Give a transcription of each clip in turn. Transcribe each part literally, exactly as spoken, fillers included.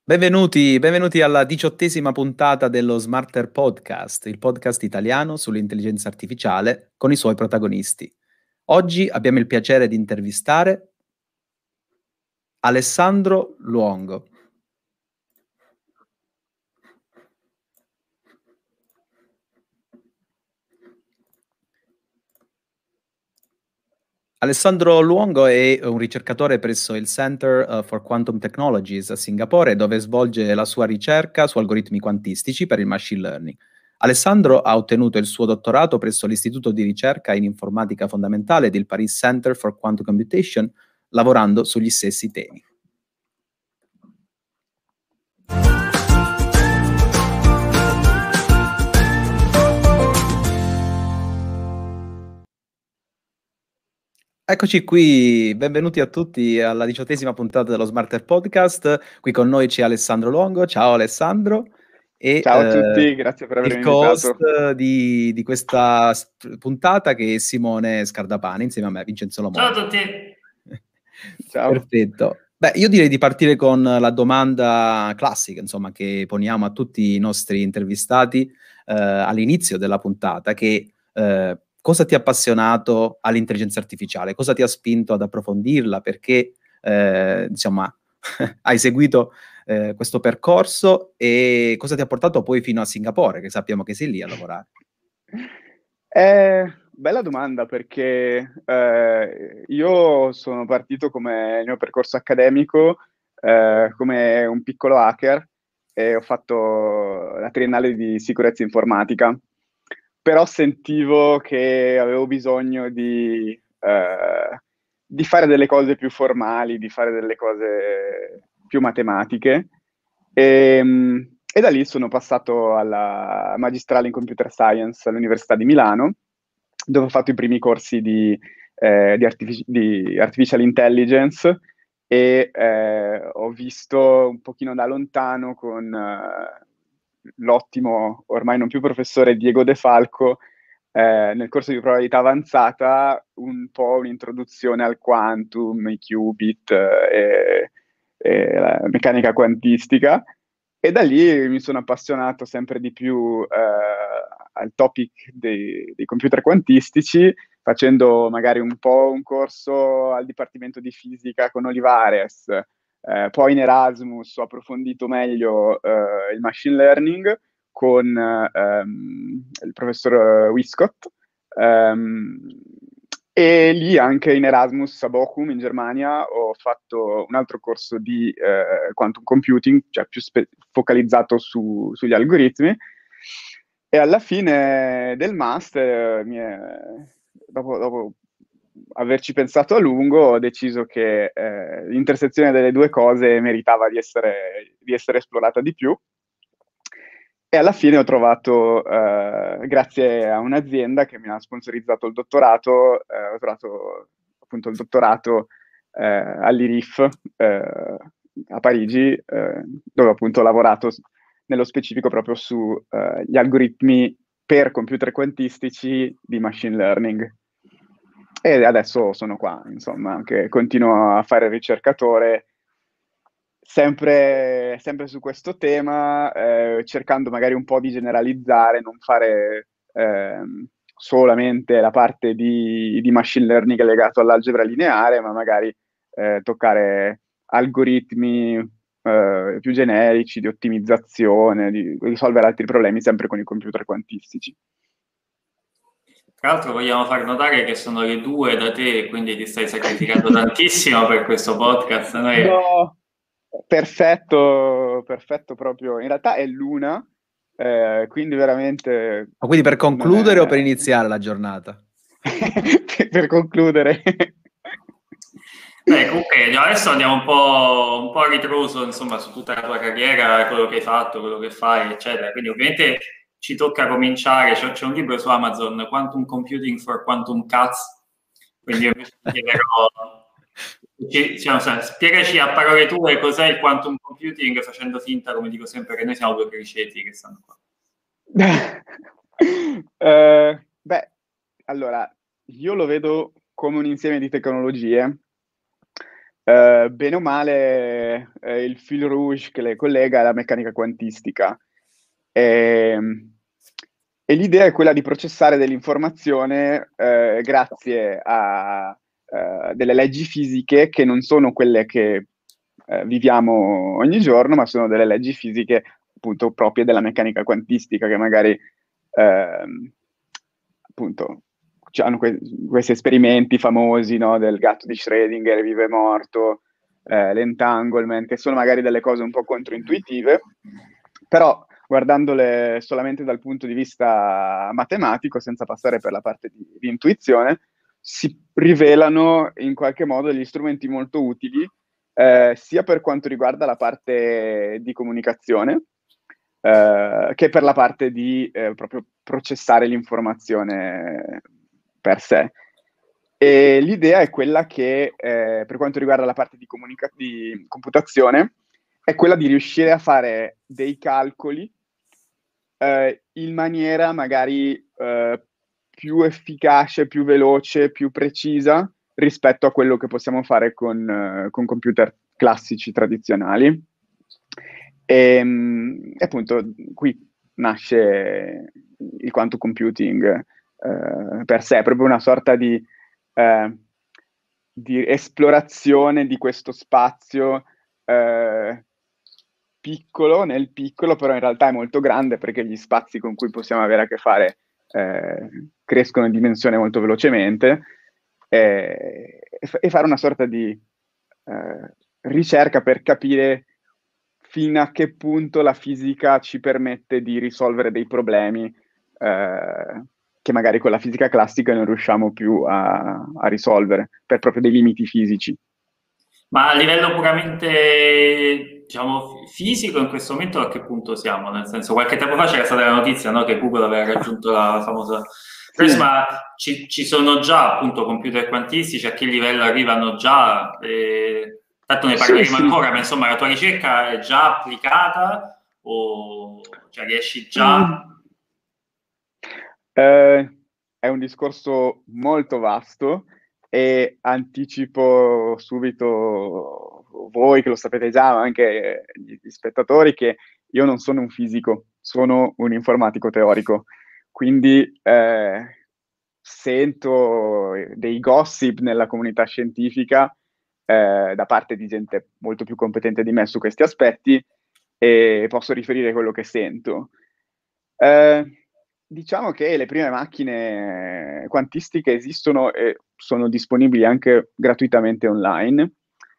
Benvenuti, benvenuti alla diciottesima puntata dello Smarter Podcast, il podcast italiano sull'intelligenza artificiale con i suoi protagonisti. Oggi abbiamo il piacere di intervistare Alessandro Luongo. Alessandro Luongo è un ricercatore presso il Center uh, for Quantum Technologies a Singapore, dove svolge la sua ricerca su algoritmi quantistici per il machine learning. Alessandro ha ottenuto il suo dottorato presso l'Istituto di ricerca in informatica fondamentale del Paris Center for Quantum Computation, lavorando sugli stessi temi. Eccoci qui, benvenuti a tutti alla diciottesima puntata dello Smarter Podcast. Qui con noi c'è Alessandro Luongo. Ciao Alessandro. E, Ciao a eh, tutti, grazie per avermi il co-host invitato. di, di questa puntata che è Simone Scardapani, insieme a me, Vincenzo Lomone. Ciao a tutti. Ciao. Perfetto. Beh, io direi di partire con la domanda classica, insomma, che poniamo a tutti i nostri intervistati eh, all'inizio della puntata, che eh, cosa ti ha appassionato all'intelligenza artificiale? Cosa ti ha spinto ad approfondirla? Perché, eh, insomma, hai seguito eh, questo percorso e cosa ti ha portato poi fino a Singapore, che sappiamo che sei lì a lavorare? Eh, bella domanda perché eh, io sono partito come il mio percorso accademico eh, come un piccolo hacker e ho fatto la triennale di sicurezza informatica, però sentivo che avevo bisogno di, eh, di fare delle cose più formali, di fare delle cose più matematiche e, e da lì sono passato alla magistrale in computer science all'Università di Milano, dove ho fatto i primi corsi di, eh, di, artific- di artificial intelligence e eh, ho visto un pochino da lontano con eh, l'ottimo, ormai non più professore Diego De Falco, eh, nel corso di probabilità avanzata, un po' un'introduzione al quantum, i qubit eh, e, e la meccanica quantistica. E da lì mi sono appassionato sempre di più eh, al topic dei, dei computer quantistici, facendo magari un po' un corso al Dipartimento di Fisica con Olivares, eh, poi in Erasmus ho approfondito meglio eh, il machine learning con ehm, il professor Wiskott, ehm, e lì anche in Erasmus a Bochum in Germania ho fatto un altro corso di eh, quantum computing, cioè più spe- focalizzato su- sugli algoritmi. E alla fine del master, mi è- dopo, dopo averci pensato a lungo, ho deciso che eh, l'intersezione delle due cose meritava di essere, di essere esplorata di più. E alla fine ho trovato, eh, grazie a un'azienda che mi ha sponsorizzato il dottorato, eh, ho trovato appunto il dottorato eh, all'I R I F eh, a Parigi, eh, dove appunto ho lavorato nello specifico proprio sugli eh, algoritmi per computer quantistici di machine learning. E adesso sono qua, insomma, che continuo a fare il ricercatore sempre, sempre su questo tema, eh, cercando magari un po' di generalizzare, non fare ehm, solamente la parte di, di machine learning legato all'algebra lineare, ma magari eh, toccare algoritmi eh, più generici di ottimizzazione, di risolvere altri problemi sempre con i computer quantistici. Tra l'altro vogliamo far notare che sono le due da te, quindi ti stai sacrificando tantissimo per questo podcast. Noi... No, perfetto, perfetto proprio. In realtà è l'una, eh, quindi veramente... Ma quindi per non concludere o è... per iniziare la giornata? per concludere. Beh, comunque adesso andiamo un po', un po' a ritroso, insomma, su tutta la tua carriera, quello che hai fatto, quello che fai, eccetera. Quindi ovviamente ci tocca cominciare, c'è, c'è un libro su Amazon, Quantum Computing for Quantum Cats, quindi io invece ti chiederò, ci, diciamo, spiegaci a parole tue cos'è il quantum computing, facendo finta, come dico sempre, che noi siamo due criceti che stanno qua. uh, beh, allora, io lo vedo come un insieme di tecnologie eh, bene o male eh, il fil rouge che le collega è la meccanica quantistica. E, e l'idea è quella di processare dell'informazione eh, grazie a eh, delle leggi fisiche che non sono quelle che eh, viviamo ogni giorno, ma sono delle leggi fisiche appunto proprie della meccanica quantistica che magari ehm, appunto hanno que- questi esperimenti famosi, no, del gatto di Schrödinger, vivo e morto, eh, l'entanglement, che sono magari delle cose un po' controintuitive, però guardandole solamente dal punto di vista matematico, senza passare per la parte di, di intuizione, si rivelano in qualche modo degli strumenti molto utili, eh, sia per quanto riguarda la parte di comunicazione, eh, che per la parte di eh, proprio processare l'informazione per sé. E l'idea è quella che, eh, per quanto riguarda la parte di, comunica- di computazione, è quella di riuscire a fare dei calcoli eh, in maniera magari eh, più efficace, più veloce, più precisa rispetto a quello che possiamo fare con, eh, con computer classici tradizionali. E, e appunto qui nasce il quantum computing eh, per sé, è proprio una sorta di, eh, di esplorazione di questo spazio eh, piccolo nel piccolo, però in realtà è molto grande perché gli spazi con cui possiamo avere a che fare eh, crescono in dimensione molto velocemente eh, e, f- e fare una sorta di eh, ricerca per capire fino a che punto la fisica ci permette di risolvere dei problemi eh, che magari con la fisica classica non riusciamo più a, a risolvere per proprio dei limiti fisici. Ma a livello puramente, diciamo, fisico, in questo momento a che punto siamo? Nel senso, qualche tempo fa c'era stata la notizia, no, che Google aveva raggiunto la famosa Sì. ma ci, ci sono già appunto computer quantistici, a che livello arrivano già? Eh, tanto ne parleremo sì, sì. ancora, ma insomma la tua ricerca è già applicata o cioè, riesci già... Mm. Eh, è un discorso molto vasto e anticipo subito voi che lo sapete già, ma anche gli spettatori, che io non sono un fisico, sono un informatico teorico. Quindi eh, sento dei gossip nella comunità scientifica eh, da parte di gente molto più competente di me su questi aspetti e posso riferire quello che sento. Eh, diciamo che le prime macchine quantistiche esistono e sono disponibili anche gratuitamente online,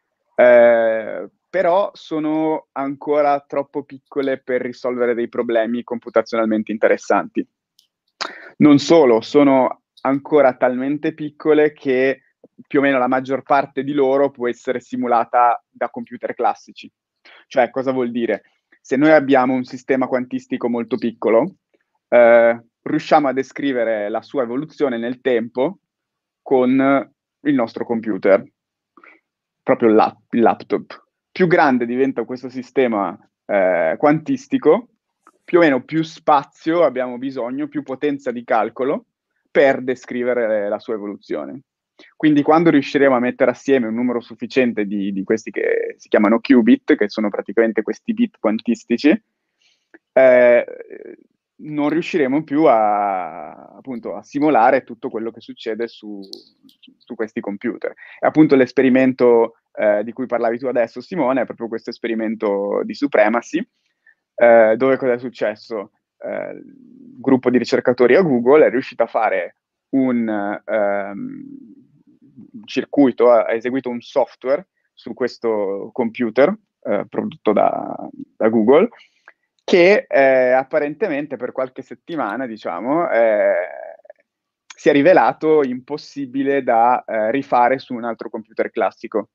eh, però sono ancora troppo piccole per risolvere dei problemi computazionalmente interessanti. Non solo, sono ancora talmente piccole che più o meno la maggior parte di loro può essere simulata da computer classici. Cioè, cosa vuol dire? Se noi abbiamo un sistema quantistico molto piccolo, eh, riusciamo a descrivere la sua evoluzione nel tempo con il nostro computer, proprio il, lap- il laptop. Più grande diventa questo sistema eh, quantistico, più o meno più spazio abbiamo bisogno, più potenza di calcolo per descrivere la sua evoluzione. Quindi quando riusciremo a mettere assieme un numero sufficiente di, di questi che si chiamano qubit, che sono praticamente questi bit quantistici, eh, non riusciremo più a, appunto, a simulare tutto quello che succede su, su questi computer. E appunto l'esperimento eh, di cui parlavi tu adesso, Simone, è proprio questo esperimento di supremacy, eh, dove cosa è successo? Eh, il gruppo di ricercatori a Google è riuscito a fare un um, circuito, ha, ha eseguito un software su questo computer eh, prodotto da, da Google, che eh, apparentemente per qualche settimana, diciamo, eh, si è rivelato impossibile da eh, rifare su un altro computer classico.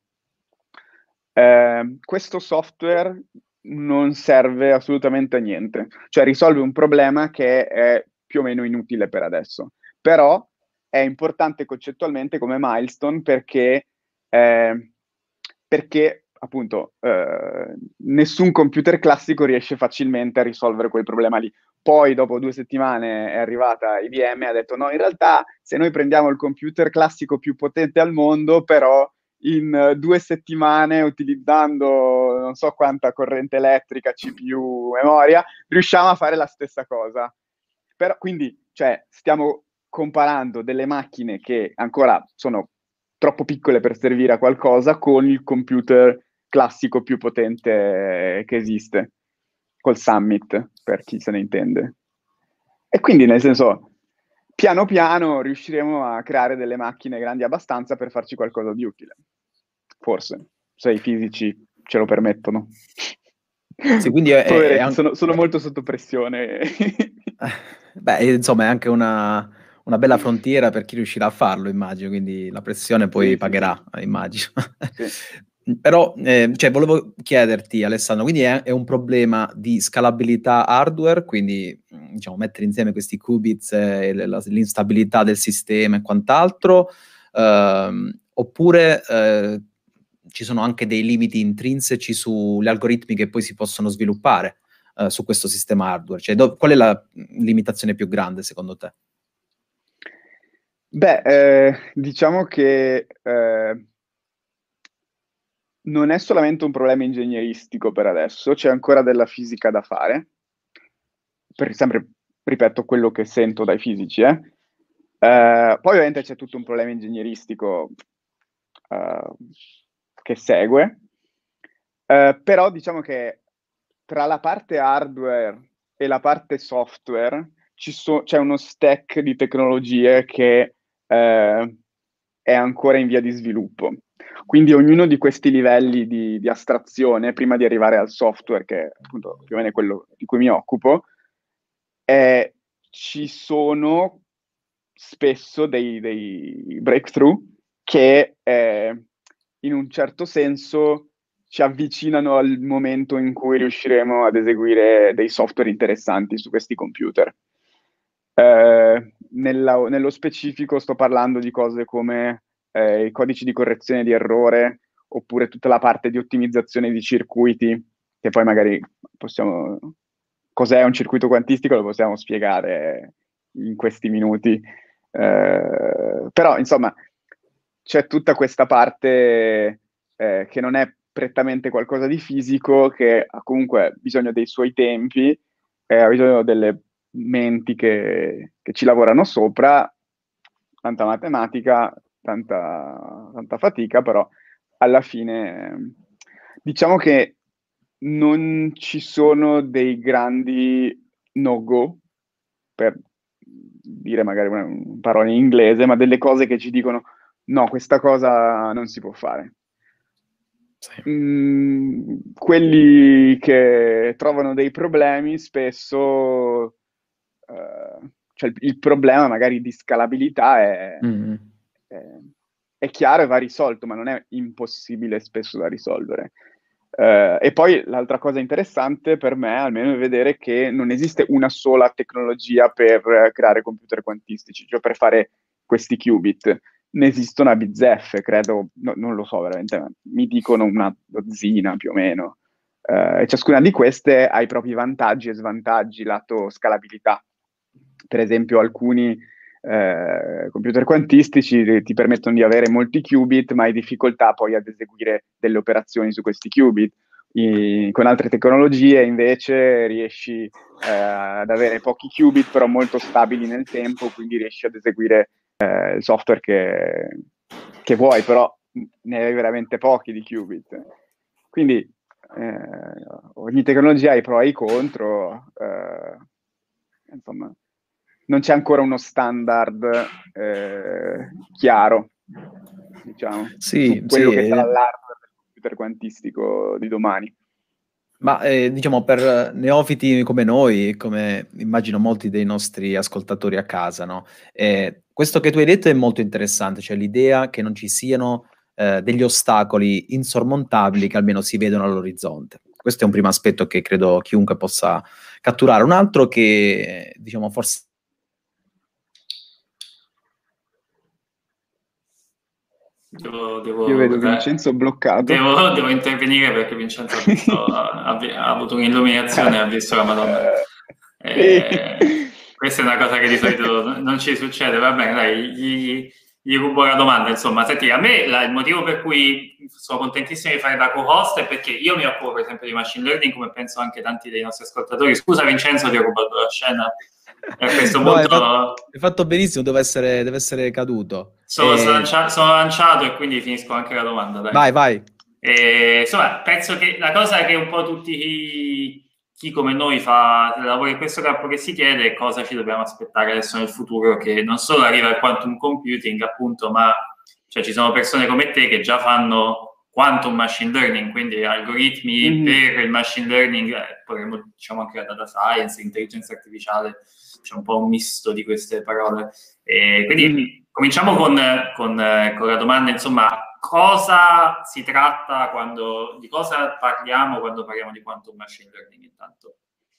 Eh, questo software non serve assolutamente a niente, cioè risolve un problema che è più o meno inutile per adesso, però è importante concettualmente come milestone perché, eh, perché appunto eh, nessun computer classico riesce facilmente a risolvere quel problema lì. Poi dopo due settimane è arrivata I B M e ha detto no, in realtà se noi prendiamo il computer classico più potente al mondo, però in uh, due settimane, utilizzando non so quanta corrente elettrica, C P U, memoria, riusciamo a fare la stessa cosa. Però, quindi, cioè, stiamo comparando delle macchine che ancora sono troppo piccole per servire a qualcosa con il computer classico più potente che esiste, col Summit, per chi se ne intende. E quindi, nel senso, piano piano riusciremo a creare delle macchine grandi abbastanza per farci qualcosa di utile. Forse, se i fisici ce lo permettono. Sì, quindi è, Poveretti, è anche... sono, sono molto sotto pressione. Beh, insomma, è anche una, una bella frontiera per chi riuscirà a farlo, immagino, quindi la pressione poi Sì, pagherà, sì, sì. immagino. Sì. Però, eh, cioè, volevo chiederti, Alessandro, quindi è, è un problema di scalabilità hardware, quindi, diciamo, mettere insieme questi qubits e la, l'instabilità del sistema e quant'altro, ehm, oppure eh, ci sono anche dei limiti intrinseci sugli algoritmi che poi si possono sviluppare uh, su questo sistema hardware? Cioè, do- qual è la limitazione più grande secondo te? Beh, eh, diciamo che eh, non è solamente un problema ingegneristico per adesso, c'è ancora della fisica da fare, per sempre, ripeto, quello che sento dai fisici, eh. Eh, poi ovviamente c'è tutto un problema ingegneristico eh, che segue, eh, però diciamo che tra la parte hardware e la parte software ci so- c'è uno stack di tecnologie che eh, è ancora in via di sviluppo. Quindi ognuno di questi livelli di, di astrazione, prima di arrivare al software, che è appunto più o meno è quello di cui mi occupo, eh, ci sono spesso dei, dei breakthrough che eh, in un certo senso ci avvicinano al momento in cui riusciremo ad eseguire dei software interessanti su questi computer. Eh, nella, nello specifico sto parlando di cose come eh, i codici di correzione di errore, oppure tutta la parte di ottimizzazione di circuiti, che poi magari possiamo... Cos'è un circuito quantistico lo possiamo spiegare in questi minuti. Eh, però, insomma, c'è tutta questa parte eh, che non è prettamente qualcosa di fisico, che ha comunque bisogno dei suoi tempi, eh, ha bisogno delle menti che, che ci lavorano sopra, tanta matematica, tanta, tanta fatica, però alla fine diciamo che non ci sono dei grandi no-go, per dire magari una, una parola in inglese, ma delle cose che ci dicono no, questa cosa non si può fare. Sì. Mm, quelli che trovano dei problemi spesso, eh, cioè il, il problema magari di scalabilità è, Mm. è, è chiaro e va risolto, ma non è impossibile spesso da risolvere. Uh, e poi l'altra cosa interessante per me, almeno, è vedere che non esiste una sola tecnologia per uh, creare computer quantistici, cioè per fare questi qubit. Ne esistono a bizzeffe, credo, no, non lo so veramente, mi dicono una dozzina più o meno. Uh, e ciascuna di queste ha i propri vantaggi e svantaggi lato scalabilità. Per esempio, alcuni eh, computer quantistici ti permettono di avere molti qubit, ma hai difficoltà poi ad eseguire delle operazioni su questi qubit. I, con altre tecnologie invece riesci eh, ad avere pochi qubit, però molto stabili nel tempo, quindi riesci ad eseguire eh, il software che, che vuoi, però ne hai veramente pochi di qubit. Quindi eh, ogni tecnologia ha i pro e i contro, eh, insomma, non c'è ancora uno standard eh, chiaro, diciamo, Sì, su quello sì, che sarà eh, l'hardware del computer quantistico di domani. ma eh, diciamo per neofiti come noi, come immagino molti dei nostri ascoltatori a casa, no? Eh, questo che tu hai detto è molto interessante, cioè l'idea che non ci siano eh, degli ostacoli insormontabili che almeno si vedono all'orizzonte. Questo è un primo aspetto che credo chiunque possa catturare. Un altro che, diciamo, forse... Devo, devo, Io vedo eh, Vincenzo bloccato. devo, devo intervenire perché Vincenzo ha, visto, ha, ha avuto un'illuminazione e ha visto la Madonna. Eh, questa è una cosa che di solito non ci succede. Va bene, dai, gli, gli rubo la domanda, insomma. Senti, a me la, il motivo per cui sono contentissimo di fare da co-host è perché io mi occupo per esempio di machine learning, come penso anche tanti dei nostri ascoltatori. Scusa Vincenzo, ti ho rubato la scena. E a questo No, punto hai fatto, hai fatto benissimo, deve essere, deve essere caduto. sono, sono, E... lancia- sono lanciato e quindi finisco anche la domanda, dai. Vai, vai. E, insomma, penso che la cosa che un po' tutti chi, chi come noi fa lavoro in questo campo che si chiede è cosa ci dobbiamo aspettare adesso nel futuro, che non solo arriva il quantum computing, appunto, ma cioè, ci sono persone come te che già fanno quantum machine learning, quindi algoritmi Mhm. per il machine learning, eh, potremmo diciamo anche la data science, intelligenza artificiale, c'è un po' un misto di queste parole. E quindi Mhm. cominciamo con, con, eh, con la domanda, insomma, cosa si tratta quando, di cosa parliamo quando parliamo di quantum machine learning intanto?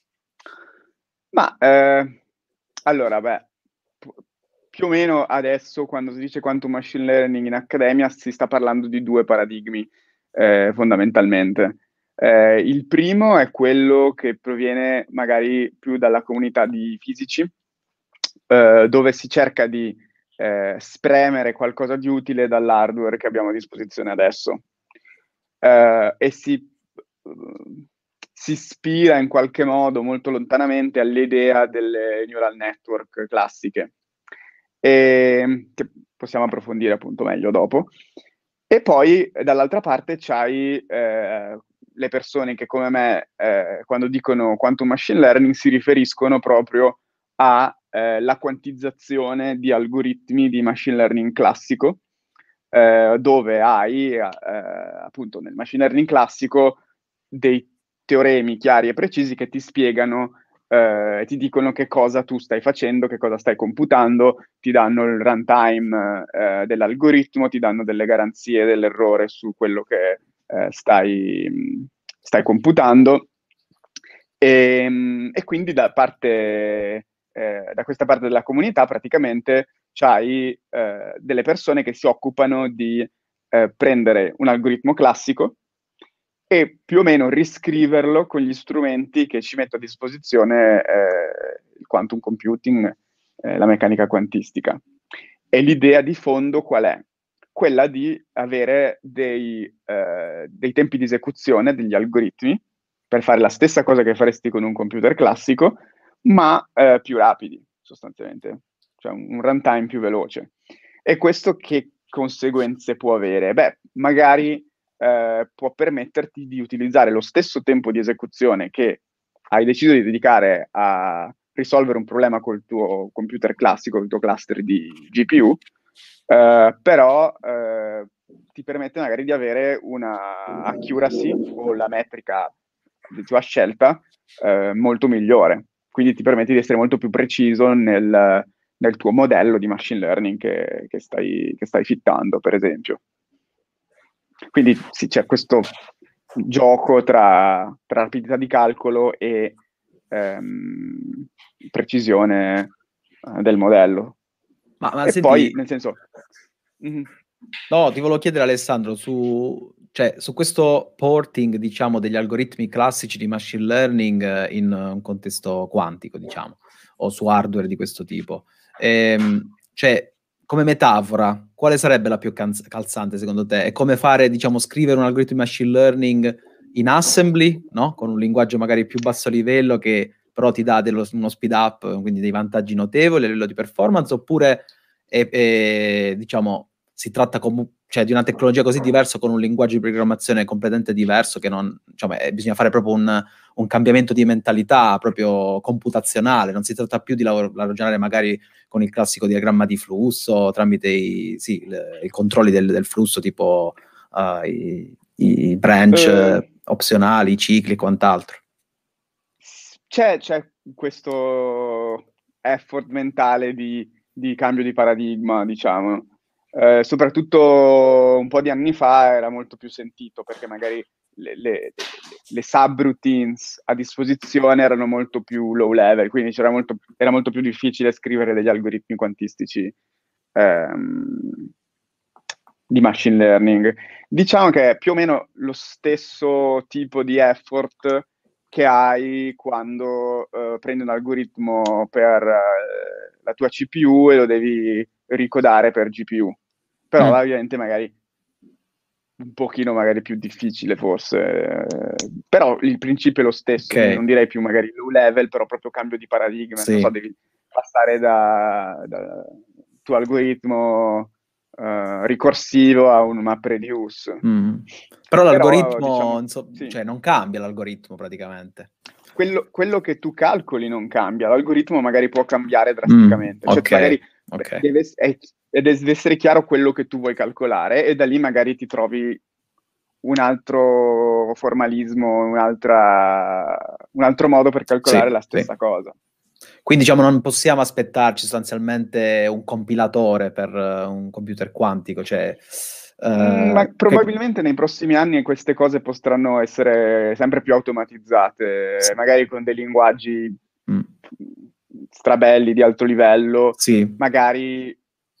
Ma eh, allora, beh, pu- più o meno adesso quando si dice quantum machine learning in accademia si sta parlando di due paradigmi eh, fondamentalmente. Eh, il primo è quello che proviene magari più dalla comunità di fisici, eh, dove si cerca di eh, spremere qualcosa di utile dall'hardware che abbiamo a disposizione adesso. Eh, e si, si ispira in qualche modo molto lontanamente all'idea delle neural network classiche, e, che possiamo approfondire appunto meglio dopo. E poi dall'altra parte c'hai eh, le persone che come me eh, quando dicono quantum machine learning si riferiscono proprio alla eh, quantizzazione di algoritmi di machine learning classico, eh, dove hai eh, appunto nel machine learning classico dei teoremi chiari e precisi che ti spiegano e eh, ti dicono che cosa tu stai facendo, che cosa stai computando, ti danno il runtime eh, dell'algoritmo, ti danno delle garanzie dell'errore su quello che eh, stai, stai computando. E, e quindi da, parte, eh, da questa parte della comunità praticamente c'hai eh, delle persone che si occupano di eh, prendere un algoritmo classico e più o meno riscriverlo con gli strumenti che ci mette a disposizione eh, il quantum computing, eh, la meccanica quantistica. E l'idea di fondo qual è? Quella di avere dei, eh, dei tempi di esecuzione degli algoritmi per fare la stessa cosa che faresti con un computer classico, ma eh, più rapidi, sostanzialmente, cioè un, un runtime più veloce. E questo che conseguenze può avere? Beh, magari eh, può permetterti di utilizzare lo stesso tempo di esecuzione che hai deciso di dedicare a risolvere un problema col tuo computer classico, il tuo cluster di G P U, eh, però eh, ti permette magari di avere una accuracy o la metrica di tua scelta eh, molto migliore. Quindi ti permette di essere molto più preciso nel, nel tuo modello di machine learning che, che, stai, che stai fittando, per esempio. Quindi sì, c'è questo gioco tra, tra rapidità di calcolo e ehm, precisione eh, del modello. Ma, ma E senti, poi, nel senso... Mm-hmm. no, ti volevo chiedere Alessandro, su, cioè, su questo porting, diciamo, degli algoritmi classici di machine learning eh, in un contesto quantico, diciamo, o su hardware di questo tipo. Ehm, cioè, come metafora, quale sarebbe la più canz- calzante secondo te? È come fare, diciamo, scrivere un algoritmo di machine learning in assembly, no? Con un linguaggio magari più basso livello che però ti dà dello, uno speed up, quindi dei vantaggi notevoli a livello di performance, oppure è, è, diciamo, si tratta com- cioè, di una tecnologia così diversa con un linguaggio di programmazione completamente diverso che non, diciamo, eh, bisogna fare proprio un, un cambiamento di mentalità proprio computazionale, non si tratta più di lav- ragionare magari con il classico diagramma di flusso tramite i, sì, il, i controlli del, del flusso tipo uh, i, i branch Uh, opzionali, i cicli e quant'altro. c'è, c'è questo effort mentale di, di cambio di paradigma, diciamo. Eh, soprattutto un po' di anni fa era molto più sentito perché magari le, le, le subroutines a disposizione erano molto più low level, quindi c'era molto, era molto più difficile scrivere degli algoritmi quantistici ehm, di machine learning. Diciamo che è più o meno lo stesso tipo di effort che hai quando uh, prendi un algoritmo per uh, la tua C P U e lo devi ricodare per G P U, però Mm. ovviamente magari un pochino magari più difficile forse, eh, però il principio è lo stesso, Ok. non direi più magari low level, però proprio cambio di paradigma, Sì. non so, devi passare da, da tuo algoritmo eh, ricorsivo a un map reduce. Mm. Però Però, l'algoritmo, diciamo, inso- sì. cioè non cambia l'algoritmo praticamente. Quello, quello che tu calcoli non cambia, l'algoritmo magari può cambiare drasticamente, Mm, cioè ok, magari ok. deve, è- deve essere chiaro quello che tu vuoi calcolare e da lì magari ti trovi un altro formalismo, un'altra, un altro modo per calcolare Sì, la sì. stessa cosa. Quindi diciamo non possiamo aspettarci sostanzialmente un compilatore per uh, un computer quantico, cioè uh, Mm, ma che... probabilmente nei prossimi anni queste cose potranno essere sempre più automatizzate, magari con dei linguaggi Mm. strabelli di alto livello, Sì, magari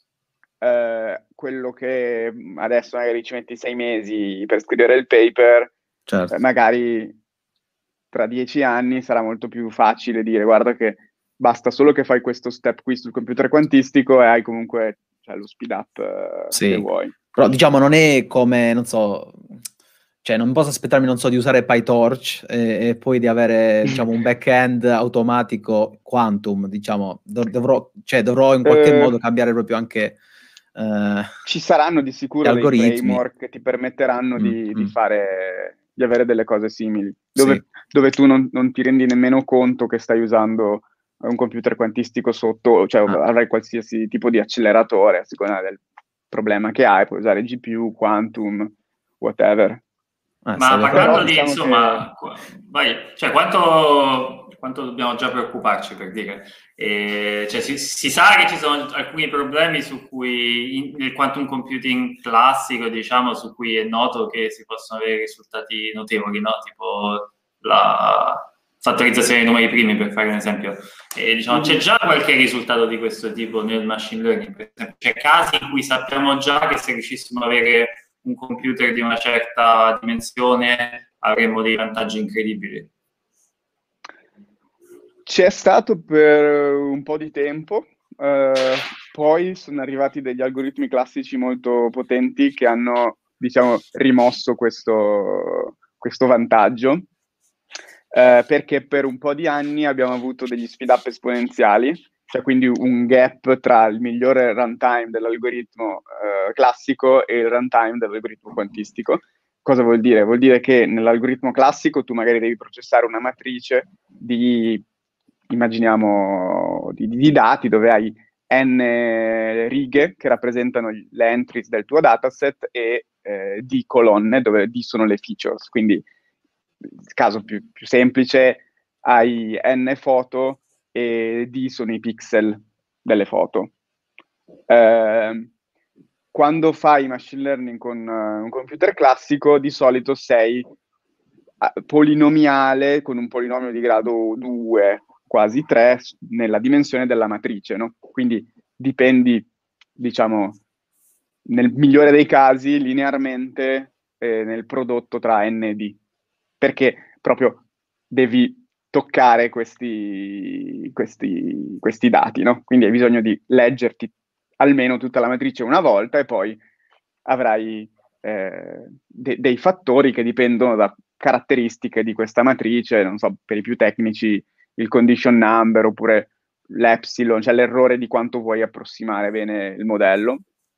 eh, quello che adesso magari ci metti sei mesi per scrivere il paper, certo. eh, magari tra dieci anni sarà molto più facile dire guarda che basta solo che fai questo step qui sul computer quantistico e hai comunque cioè, lo speed up eh, Sì. che vuoi. Però diciamo non è come, non so, cioè non posso aspettarmi, non so, di usare PyTorch e, e poi di avere, diciamo, un back-end automatico quantum, diciamo, dov- dovrò, cioè, dovrò in qualche Eh, modo cambiare proprio anche eh, ci saranno di gli sicuro dei algoritmi. framework che ti permetteranno Mm, di, di mm. fare, di avere delle cose simili, dove, Sì. dove tu non, non ti rendi nemmeno conto che stai usando un computer quantistico sotto, cioè Ah. avrai qualsiasi tipo di acceleratore a seconda del problema che hai, puoi usare G P U, quantum, whatever. Ah, Ma sarebbe parlando Però di, diciamo insomma, qu- vai, cioè quanto, quanto dobbiamo già preoccuparci per dire? Eh, cioè, si, si sa che ci sono alcuni problemi su cui, in- nel quantum computing classico, diciamo, su cui è noto che si possono avere risultati notevoli, no? Tipo la fattorizzazione dei numeri primi, per fare un esempio. E, diciamo, c'è già qualche risultato di questo tipo nel machine learning, per esempio. C'è casi in cui sappiamo già che se riuscissimo ad avere un computer di una certa dimensione avremmo dei vantaggi incredibili. C'è stato per un po' di tempo, eh, poi sono arrivati degli algoritmi classici molto potenti che hanno, diciamo, rimosso questo, questo vantaggio, eh, perché per un po' di anni abbiamo avuto degli speed up esponenziali, cioè quindi un gap tra il migliore runtime dell'algoritmo eh, classico e il runtime dell'algoritmo quantistico. Cosa vuol dire? Vuol dire che nell'algoritmo classico tu magari devi processare una matrice di, immaginiamo, di, di dati dove hai n righe che rappresentano le entries del tuo dataset e eh, d colonne dove d sono le features. Quindi, nel caso più, più semplice, hai n foto e d sono i pixel delle foto. Eh, quando fai machine learning con uh, un computer classico, di solito sei uh, polinomiale con un polinomio di grado due, quasi tre, nella dimensione della matrice, no? Quindi dipendi, diciamo, nel migliore dei casi, linearmente eh, nel prodotto tra n e d, perché proprio devi toccare questi, questi, questi dati, no? Quindi hai bisogno di leggerti almeno tutta la matrice una volta e poi avrai eh, de- dei fattori che dipendono da caratteristiche di questa matrice, non so, per i più tecnici il condition number oppure l'epsilon, cioè l'errore di quanto vuoi approssimare bene il modello.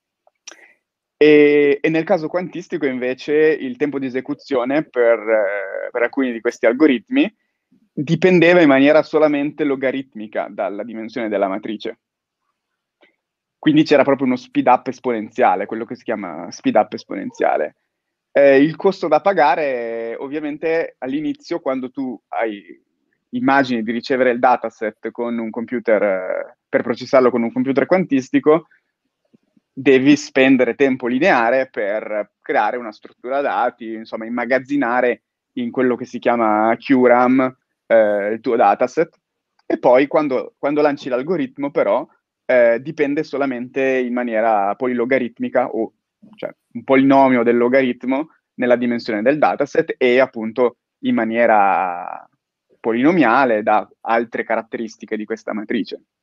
E, e nel caso quantistico invece il tempo di esecuzione per, eh, per alcuni di questi algoritmi dipendeva in maniera solamente logaritmica dalla dimensione della matrice. Quindi c'era proprio uno speed up esponenziale, quello che si chiama speed up esponenziale. Eh, il costo da pagare ovviamente all'inizio, quando tu hai immagini di ricevere il dataset con un computer, eh, per processarlo con un computer quantistico, devi spendere tempo lineare per creare una struttura dati, insomma, immagazzinare in quello che si chiama Q RAM eh, il tuo dataset. E poi quando, quando lanci l'algoritmo, però, eh, dipende solamente in maniera polilogaritmica, o cioè un polinomio del logaritmo nella dimensione del dataset e appunto in maniera polinomiale da altre caratteristiche di questa matrice.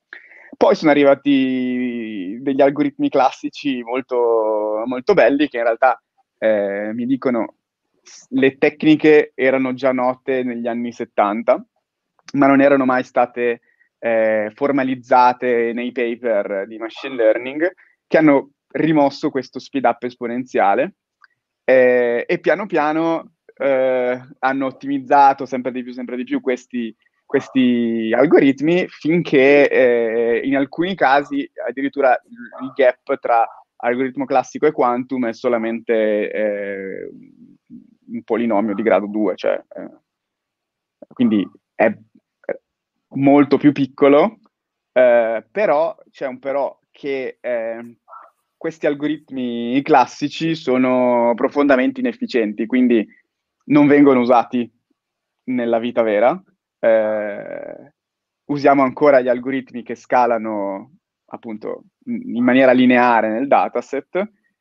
Poi sono arrivati degli algoritmi classici molto, molto belli che in realtà eh, mi dicono le tecniche erano già note negli anni settanta, ma non erano mai state eh, formalizzate nei paper di machine learning, che hanno rimosso questo speed up esponenziale eh, e piano piano eh, hanno ottimizzato sempre di più, sempre di più questi, questi algoritmi finché eh, in alcuni casi addirittura il gap tra algoritmo classico e quantum è solamente eh, un polinomio di grado due, cioè, eh, quindi è molto più piccolo, eh, però c'è un però che eh, questi algoritmi classici sono profondamente inefficienti, quindi non vengono usati nella vita vera. Eh, usiamo ancora gli algoritmi che scalano appunto in maniera lineare nel dataset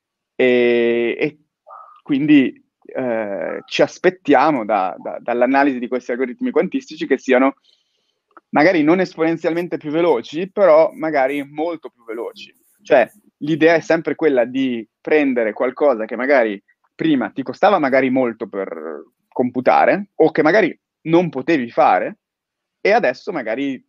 e, e quindi eh, ci aspettiamo da, da, dall'analisi di questi algoritmi quantistici che siano magari non esponenzialmente più veloci, però magari molto più veloci. Cioè, l'idea è sempre quella di prendere qualcosa che magari prima ti costava magari molto per computare, o che magari non potevi fare, e adesso magari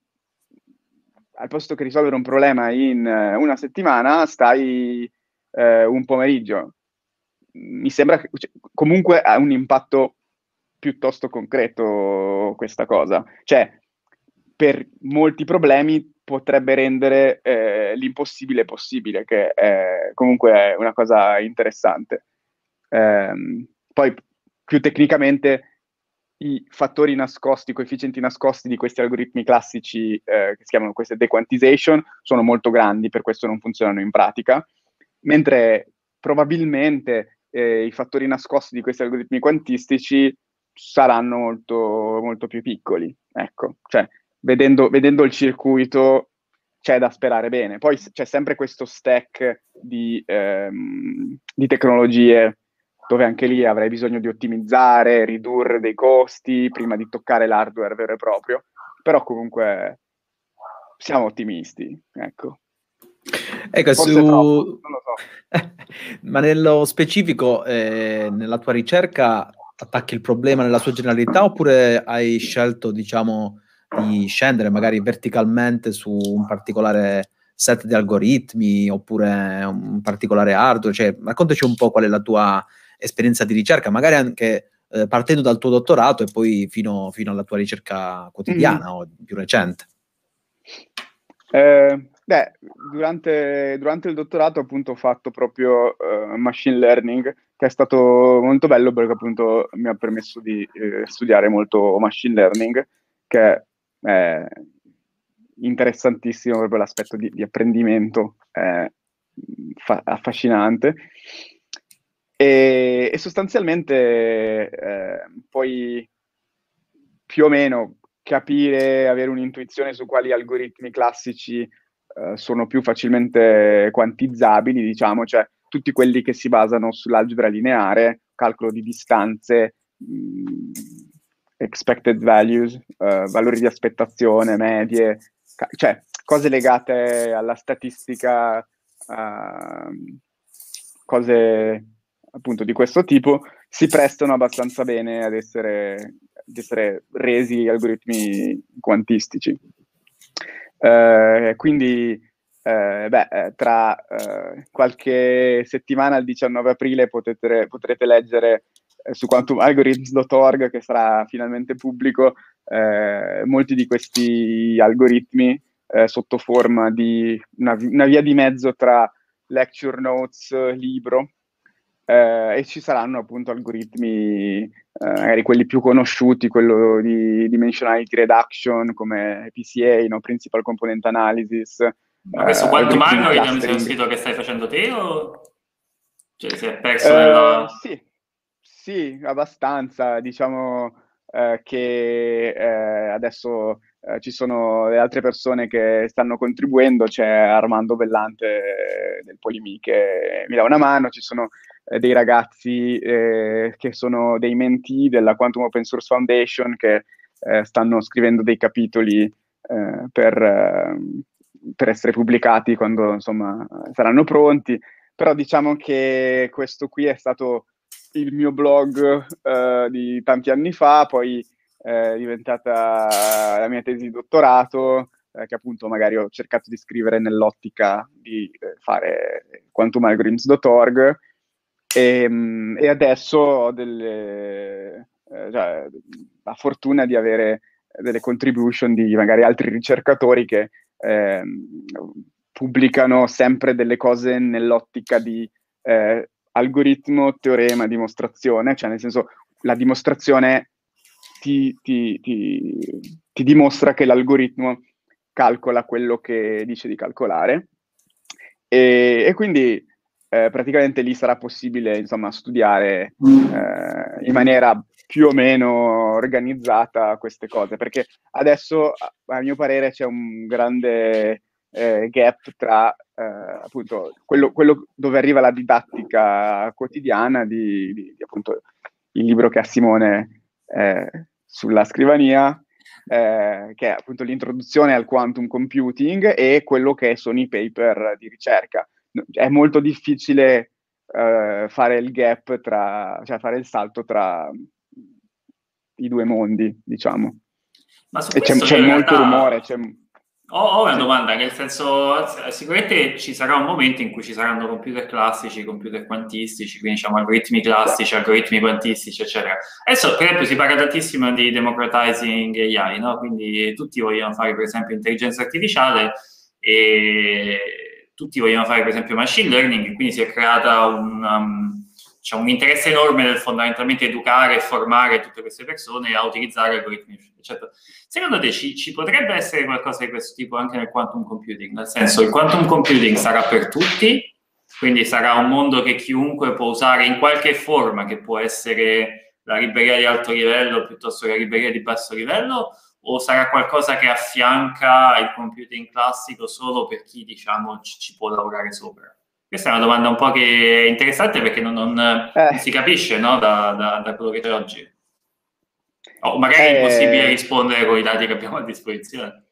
al posto che risolvere un problema in eh, una settimana, stai eh, un pomeriggio. Mi sembra che cioè, comunque ha un impatto piuttosto concreto questa cosa. Cioè, per molti problemi potrebbe rendere eh, l'impossibile possibile, che è, comunque è una cosa interessante. Ehm, poi, più tecnicamente, i fattori nascosti, i coefficienti nascosti di questi algoritmi classici, eh, che si chiamano queste dequantization, sono molto grandi, per questo non funzionano in pratica, mentre probabilmente eh, i fattori nascosti di questi algoritmi quantistici saranno molto, molto più piccoli. Ecco, cioè, vedendo, vedendo il circuito c'è da sperare bene. Poi c'è sempre questo stack di, ehm, di tecnologie dove anche lì avrei bisogno di ottimizzare, ridurre dei costi prima di toccare l'hardware vero e proprio, però comunque siamo ottimisti, ecco. Ecco, Forse su... troppo, non lo so. Ma nello specifico, eh, nella tua ricerca attacchi il problema nella sua generalità oppure hai scelto, diciamo, di scendere magari verticalmente su un particolare set di algoritmi oppure un particolare hardware? Cioè, raccontaci un po' qual è la tua esperienza di ricerca, magari anche eh, partendo dal tuo dottorato e poi fino, fino alla tua ricerca quotidiana mm. o più recente. Eh, beh, durante, durante il dottorato appunto ho fatto proprio uh, machine learning, che è stato molto bello perché appunto mi ha permesso di eh, studiare molto machine learning, che è interessantissimo proprio l'aspetto di, di apprendimento, è fa- affascinante. E, e sostanzialmente eh, poi più o meno capire, avere un'intuizione su quali algoritmi classici eh, sono più facilmente quantizzabili, diciamo, cioè tutti quelli che si basano sull'algebra lineare, calcolo di distanze, mh, expected values, eh, valori di aspettazione, medie, ca- cioè cose legate alla statistica, uh, cose appunto di questo tipo, si prestano abbastanza bene ad essere, ad essere resi algoritmi quantistici. Eh, quindi, eh, beh, tra eh, qualche settimana, il diciannove aprile, potete, potrete leggere eh, su quantum algorithms punto org, che sarà finalmente pubblico, eh, molti di questi algoritmi eh, sotto forma di una, una via di mezzo tra lecture notes, libro, eh, e ci saranno appunto algoritmi, eh, magari quelli più conosciuti, quello di dimensionality reduction come P C A, no? Principal Component Analysis. Ma questo eh, quantum algorithm è clustering. un sito che stai facendo te o cioè, si è perso eh, nella... Sì, sì, abbastanza. Diciamo eh, che eh, adesso eh, ci sono le altre persone che stanno contribuendo, c'è Armando Bellante del Polimi che mi dà una mano, ci sono eh, dei ragazzi eh, che sono dei mentee della Quantum Open Source Foundation che eh, stanno scrivendo dei capitoli eh, per, eh, per essere pubblicati quando, insomma, saranno pronti. Però diciamo che questo qui è stato il mio blog eh, di tanti anni fa, poi è diventata la mia tesi di dottorato, eh, che appunto magari ho cercato di scrivere nell'ottica di eh, fare quantum algorithms punto org, e, e adesso ho delle, eh, cioè, la fortuna di avere delle contribution di magari altri ricercatori che eh, pubblicano sempre delle cose nell'ottica di eh, algoritmo, teorema, dimostrazione, cioè nel senso la dimostrazione ti, ti, ti, ti dimostra che l'algoritmo calcola quello che dice di calcolare, e, e quindi eh, praticamente lì sarà possibile, insomma, studiare eh, in maniera più o meno organizzata queste cose, perché adesso, a mio parere, c'è un grande eh, gap tra eh, appunto quello, quello dove arriva la didattica quotidiana di, di, di appunto il libro che ha Simone eh, sulla scrivania, eh, che è appunto l'introduzione al quantum computing, e quello che sono i paper di ricerca. È molto difficile eh, fare il gap tra, cioè fare il salto tra i due mondi, diciamo. Ma su e c'è, c'è molto realtà... rumore, c'è... Ho, ho una sì. domanda, nel senso, sicuramente ci sarà un momento in cui ci saranno computer classici, computer quantistici, quindi diciamo algoritmi classici, sì. algoritmi quantistici, eccetera. Adesso, per esempio, si parla tantissimo di democratizing A I, no? Quindi tutti vogliono fare, per esempio, intelligenza artificiale e tutti vogliono fare, per esempio, machine learning, quindi si è creata un... Um, c'è un interesse enorme nel fondamentalmente educare e formare tutte queste persone a utilizzare algoritmi, eccetera. Secondo te ci, ci potrebbe essere qualcosa di questo tipo anche nel quantum computing? Nel senso, il quantum computing sarà per tutti, quindi sarà un mondo che chiunque può usare in qualche forma, che può essere la libreria di alto livello piuttosto che la libreria di basso livello, o sarà qualcosa che affianca il computing classico solo per chi, diciamo, ci, ci può lavorare sopra? Questa è una domanda un po' che è interessante, perché non, non, eh. non si capisce, no, da, da, da quello che c'è oggi. O magari è impossibile eh, rispondere con i dati che abbiamo a disposizione.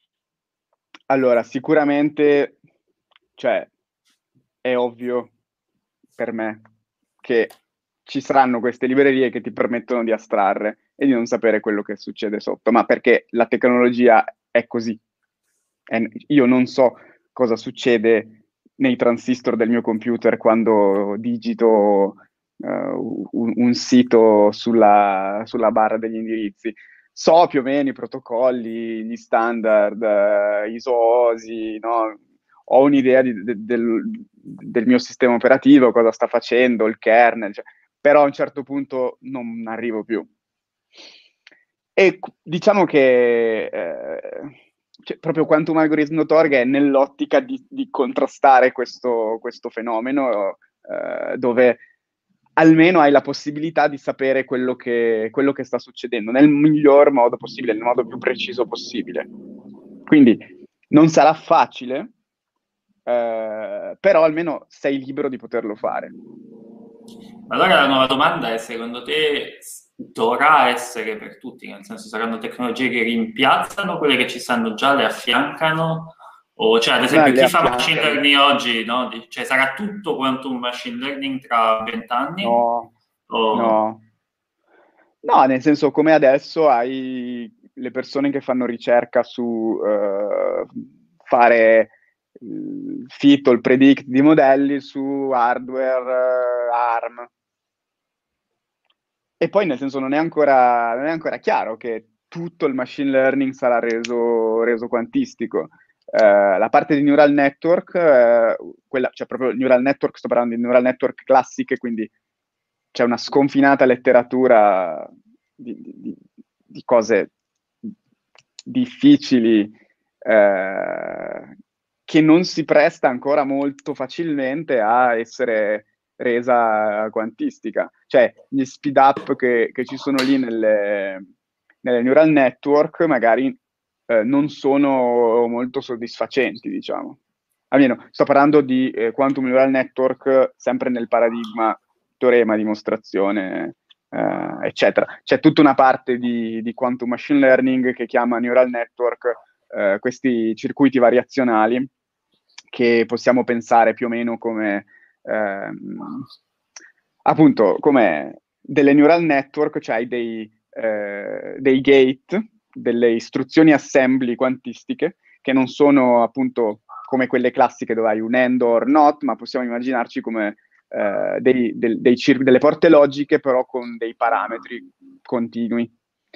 Allora, sicuramente, cioè, è ovvio per me che ci saranno queste librerie che ti permettono di astrarre e di non sapere quello che succede sotto, ma perché la tecnologia è così. E io non so cosa succede nei transistor del mio computer quando digito uh, un, un sito sulla, sulla barra degli indirizzi. So più o meno i protocolli, gli standard, uh, I S O, O S I, no? Ho un'idea di, de, del, del mio sistema operativo, cosa sta facendo, il kernel, cioè, però a un certo punto non arrivo più. E diciamo che... Eh, Cioè, proprio quantum algorithms punto org è nell'ottica di, di contrastare questo, questo fenomeno, eh, dove almeno hai la possibilità di sapere quello che, quello che sta succedendo nel miglior modo possibile, nel modo più preciso possibile. Quindi non sarà facile, eh, però almeno sei libero di poterlo fare. Allora la nuova domanda è: secondo te dovrà essere per tutti, nel senso, saranno tecnologie che rimpiazzano quelle che ci stanno già, le affiancano? O, cioè, ad esempio, chi fa machine learning oggi, no? Cioè, sarà tutto quantum machine learning tra vent'anni? No, o... no. No, nel senso, come adesso hai le persone che fanno ricerca su uh, fare il fit o il predict di modelli su hardware uh, A R M. E poi, nel senso, non è ancora, non è ancora chiaro che tutto il machine learning sarà reso, reso quantistico. Uh, la parte di neural network, uh, quella, cioè proprio il neural network, sto parlando di neural network classiche, quindi c'è una sconfinata letteratura di, di, di cose difficili, uh, che non si presta ancora molto facilmente a essere resa quantistica. Cioè, gli speed up che, che ci sono lì nelle, nelle neural network magari eh, non sono molto soddisfacenti, diciamo. Almeno, sto parlando di eh, quantum neural network sempre nel paradigma teorema, dimostrazione, eh, eccetera. C'è tutta una parte di, di quantum machine learning che chiama neural network eh, questi circuiti variazionali che possiamo pensare più o meno come ehm, appunto come delle neural network, cioè dei, eh, dei gate, delle istruzioni assembly quantistiche che non sono appunto come quelle classiche dove hai un AND or not, ma possiamo immaginarci come eh, dei, del, dei cir- delle porte logiche però con dei parametri continui.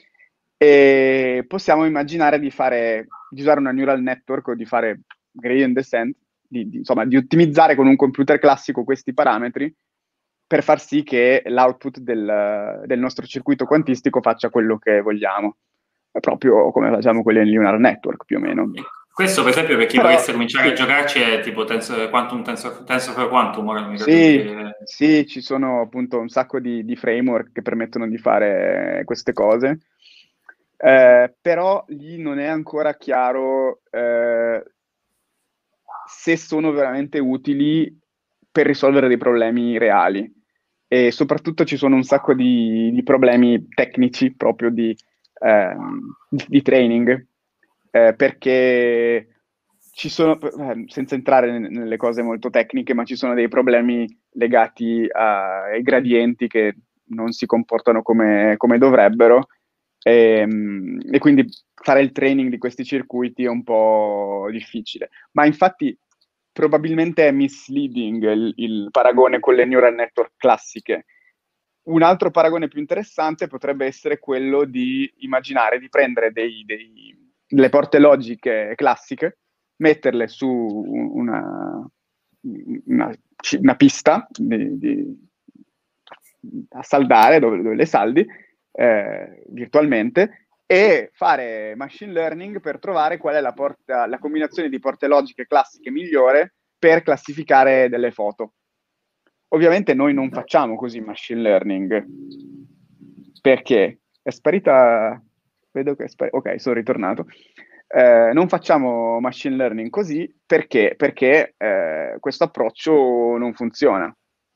E possiamo immaginare di fare, di usare una neural network o di fare gradient descent, di, di, insomma, di ottimizzare con un computer classico questi parametri per far sì che l'output del, del nostro circuito quantistico faccia quello che vogliamo. È proprio come facciamo quelli in neural network, più o meno. Questo, per esempio, per chi Però, volesse cominciare sì. a giocarci è tipo tensor, quantum, tensor, TensorFlow Quantum, ora mi Sì, che... sì, ci sono appunto un sacco di, di framework che permettono di fare queste cose, eh, però lì non è ancora chiaro eh, se sono veramente utili per risolvere dei problemi reali. E soprattutto ci sono un sacco di, di problemi tecnici proprio di, ehm, di, di training, eh, perché ci sono, eh, senza entrare n- nelle cose molto tecniche, ma ci sono dei problemi legati a- ai gradienti che non si comportano come, come dovrebbero, e, e quindi fare il training di questi circuiti è un po' difficile. Ma infatti probabilmente è misleading il, il paragone con le neural network classiche. Un altro paragone più interessante potrebbe essere quello di immaginare di prendere dei, dei, delle porte logiche classiche, metterle su una, una, una pista di, di, a saldare, dove, dove le saldi eh, virtualmente, e fare machine learning per trovare qual è la, porta, la combinazione di porte logiche classiche migliore per classificare delle foto. Ovviamente noi non facciamo così machine learning, perché è sparita, vedo che è sparita, ok, sono ritornato. Eh, non facciamo machine learning così perché, perché eh, questo approccio non funziona.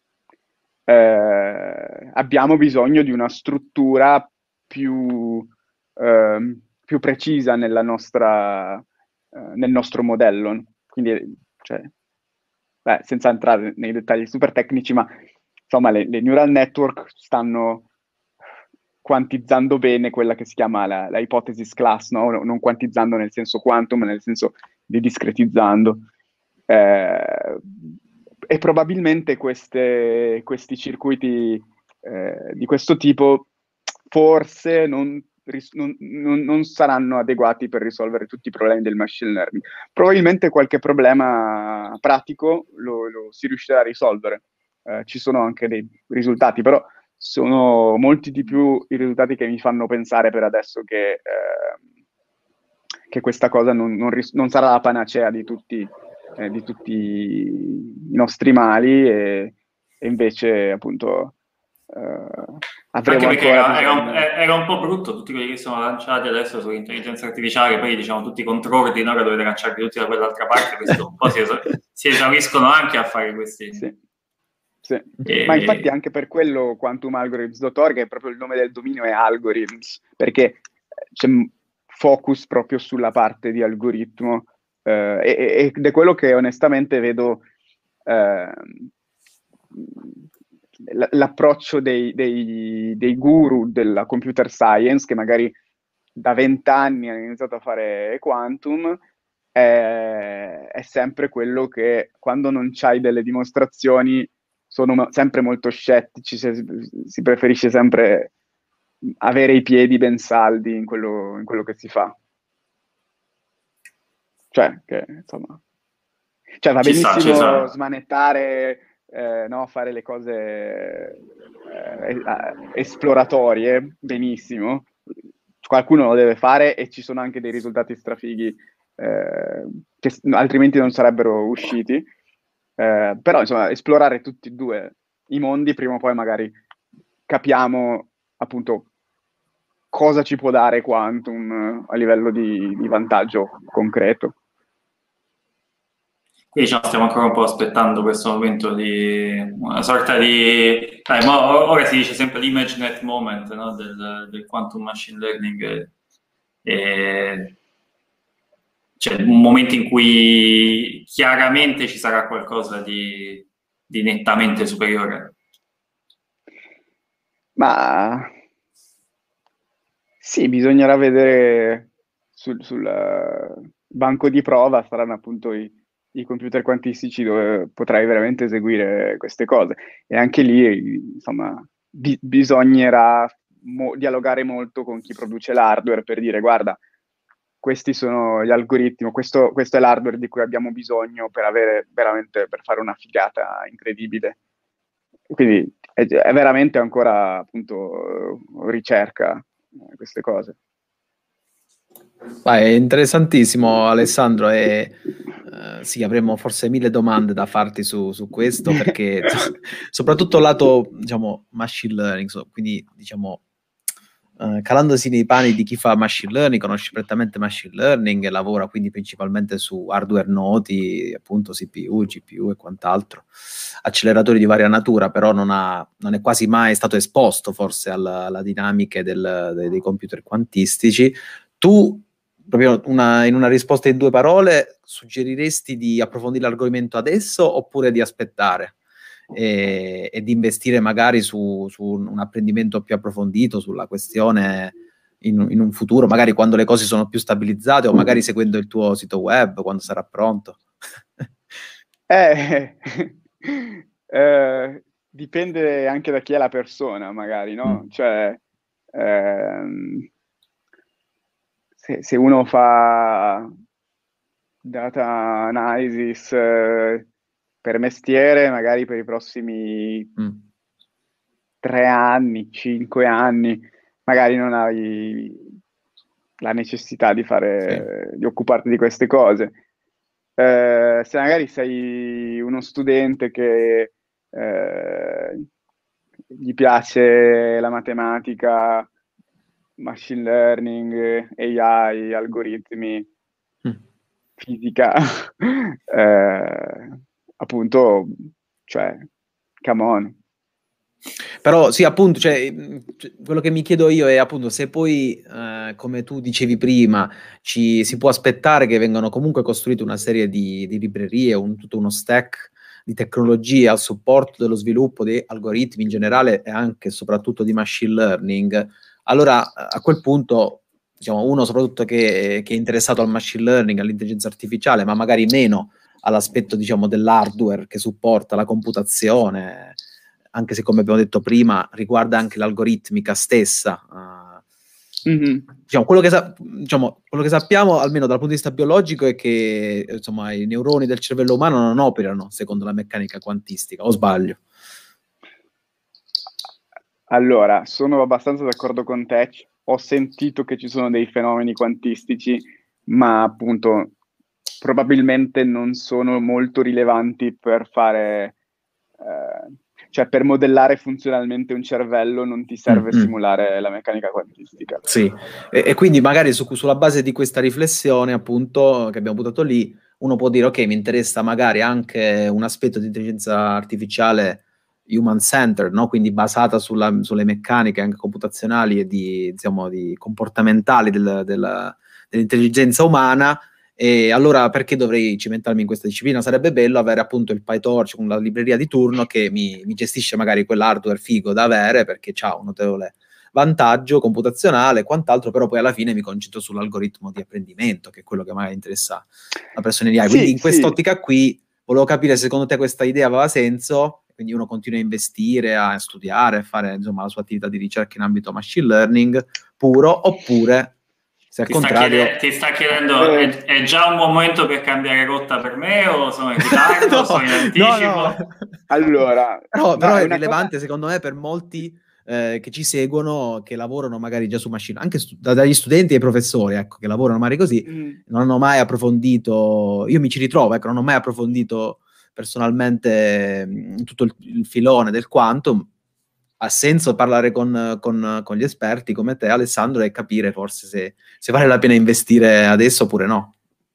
Eh, abbiamo bisogno di una struttura più, eh, più precisa nella nostra, eh, nel nostro modello. Quindi, cioè, beh, senza entrare nei dettagli super tecnici, ma insomma le, le neural network stanno quantizzando bene quella che si chiama la, la hypothesis class, no? Non quantizzando nel senso quantum, ma nel senso di discretizzando. Eh, e probabilmente queste, questi circuiti eh, di questo tipo forse non, non, non, non saranno adeguati per risolvere tutti i problemi del machine learning. Probabilmente qualche problema pratico lo, lo si riuscirà a risolvere. Eh, ci sono anche dei risultati, però sono molti di più i risultati che mi fanno pensare per adesso che, eh, che questa cosa non, non, ris- non sarà la panacea di tutti, eh, di tutti i nostri mali e, e invece appunto eh, avremo Anche perché ancora era, era, un, bisogno. era un po' brutto tutti quelli che sono lanciati adesso sull'intelligenza artificiale, poi diciamo tutti i controlli, no, che dovete lanciarli tutti da quell'altra parte, questo un po' si, es- si esauriscono anche a fare questi... Sì. Sì. E... Ma infatti anche per quello Quantum Algorithms punto org è proprio il nome del dominio è Algorithms, perché c'è focus proprio sulla parte di algoritmo eh, e, ed è quello che onestamente vedo eh, l'approccio dei, dei, dei guru della computer science che magari da vent'anni hanno iniziato a fare quantum è, è sempre quello che quando non c'hai delle dimostrazioni sono sempre molto scettici, si, si preferisce sempre avere i piedi ben saldi in quello, in quello che si fa. Cioè, che, insomma, cioè va Ci sta, ci benissimo sta. smanettare, eh, no, fare le cose eh, esploratorie, benissimo. Qualcuno lo deve fare e ci sono anche dei risultati strafighi eh, che altrimenti non sarebbero usciti. Eh, però, insomma, esplorare tutti e due i mondi, prima o poi magari capiamo appunto cosa ci può dare Quantum a livello di, di vantaggio concreto. Qui diciamo, stiamo ancora un po' aspettando questo momento di una sorta di... Dai, mo, ora si dice sempre l'ImageNet moment, no? del, del quantum machine learning. E, c'è un momento in cui chiaramente ci sarà qualcosa di, di nettamente superiore. Ma sì, bisognerà vedere sul, sul uh, banco di prova, saranno appunto i, i computer quantistici dove potrai veramente eseguire queste cose. E anche lì, insomma, bi- bisognerà mo- dialogare molto con chi produce l'hardware per dire, guarda, questi sono gli algoritmi, questo, questo è l'hardware di cui abbiamo bisogno per avere veramente, per fare una figata incredibile. Quindi è, è veramente ancora appunto ricerca eh, queste cose. Vai, è interessantissimo Alessandro e eh, sì, avremo forse mille domande da farti su, su questo perché soprattutto lato diciamo machine learning, so, quindi diciamo eh, calandosi nei panni di chi fa machine learning, conosce prettamente machine learning e lavora quindi principalmente su hardware noti, appunto C P U, G P U e quant'altro, acceleratori di varia natura, però non, ha, non è quasi mai stato esposto forse alla, alla dinamiche del, dei, dei computer quantistici. Tu proprio una, in una risposta in due parole, suggeriresti di approfondire l'argomento adesso oppure di aspettare e, e di investire magari su, su un apprendimento più approfondito sulla questione in, in un futuro, magari quando le cose sono più stabilizzate o magari seguendo il tuo sito web quando sarà pronto? eh, eh, dipende anche da chi è la persona, magari, no? Mm. Cioè, ehm, se, se uno fa data analysis eh, per mestiere, magari per i prossimi Mm. tre anni, cinque anni, magari non hai la necessità di fare, Sì. di occuparti di queste cose. Eh, se magari sei uno studente che eh, gli piace la matematica, machine learning, A I, algoritmi, Mm. fisica, eh, appunto, cioè, come on. Però sì, appunto, cioè, quello che mi chiedo io è appunto se poi, eh, come tu dicevi prima, ci si può aspettare che vengano comunque costruite una serie di, di librerie, un, tutto uno stack di tecnologie al supporto dello sviluppo di algoritmi in generale e anche e soprattutto di machine learning. Allora, a quel punto, diciamo, uno soprattutto che, che è interessato al machine learning, all'intelligenza artificiale, ma magari meno all'aspetto, diciamo, dell'hardware che supporta la computazione, anche se come abbiamo detto prima riguarda anche l'algoritmica stessa. Uh, mm-hmm. diciamo, quello, che sa- diciamo, quello che sappiamo, almeno dal punto di vista biologico, è che insomma, i neuroni del cervello umano non operano secondo la meccanica quantistica, o sbaglio? Allora, sono abbastanza d'accordo con te. Ho sentito che ci sono dei fenomeni quantistici, ma appunto probabilmente non sono molto rilevanti per fare, eh, cioè per modellare funzionalmente un cervello non ti serve Mm-hmm. simulare la meccanica quantistica. Sì, e, e quindi magari su, sulla base di questa riflessione, appunto, che abbiamo buttato lì, uno può dire, ok, mi interessa magari anche un aspetto di intelligenza artificiale human-centered, no? Quindi basata sulla, sulle meccaniche anche computazionali e di, diciamo, di comportamentali del, del, dell'intelligenza umana, e allora perché dovrei cimentarmi in questa disciplina? Sarebbe bello avere appunto il PyTorch, una libreria di turno che mi, mi gestisce magari quell'hardware figo da avere perché c'ha un notevole vantaggio computazionale e quant'altro, però poi alla fine mi concentro sull'algoritmo di apprendimento, che è quello che magari interessa la persona di A I. Sì, Quindi in sì. quest'ottica qui volevo capire se secondo te questa idea aveva senso, quindi uno continua a investire, a studiare, a fare insomma la sua attività di ricerca in ambito machine learning puro, oppure se al Ti, contrario... sta ti sta chiedendo, Eh. è, è già un buon momento per cambiare rotta per me o sono in ritardo, no, sono in anticipo? no, no. Allora, però, no, però è, è una rilevante cosa... secondo me per molti eh, che ci seguono, che lavorano magari già su machine, anche stu- dagli studenti ai professori, ecco, che lavorano magari così, Mm. non hanno mai approfondito, io mi ci ritrovo, ecco, non ho mai approfondito personalmente mh, tutto il, il filone del quantum. Ha senso parlare con, con, con gli esperti come te, Alessandro, e capire forse se, se vale la pena investire adesso oppure no.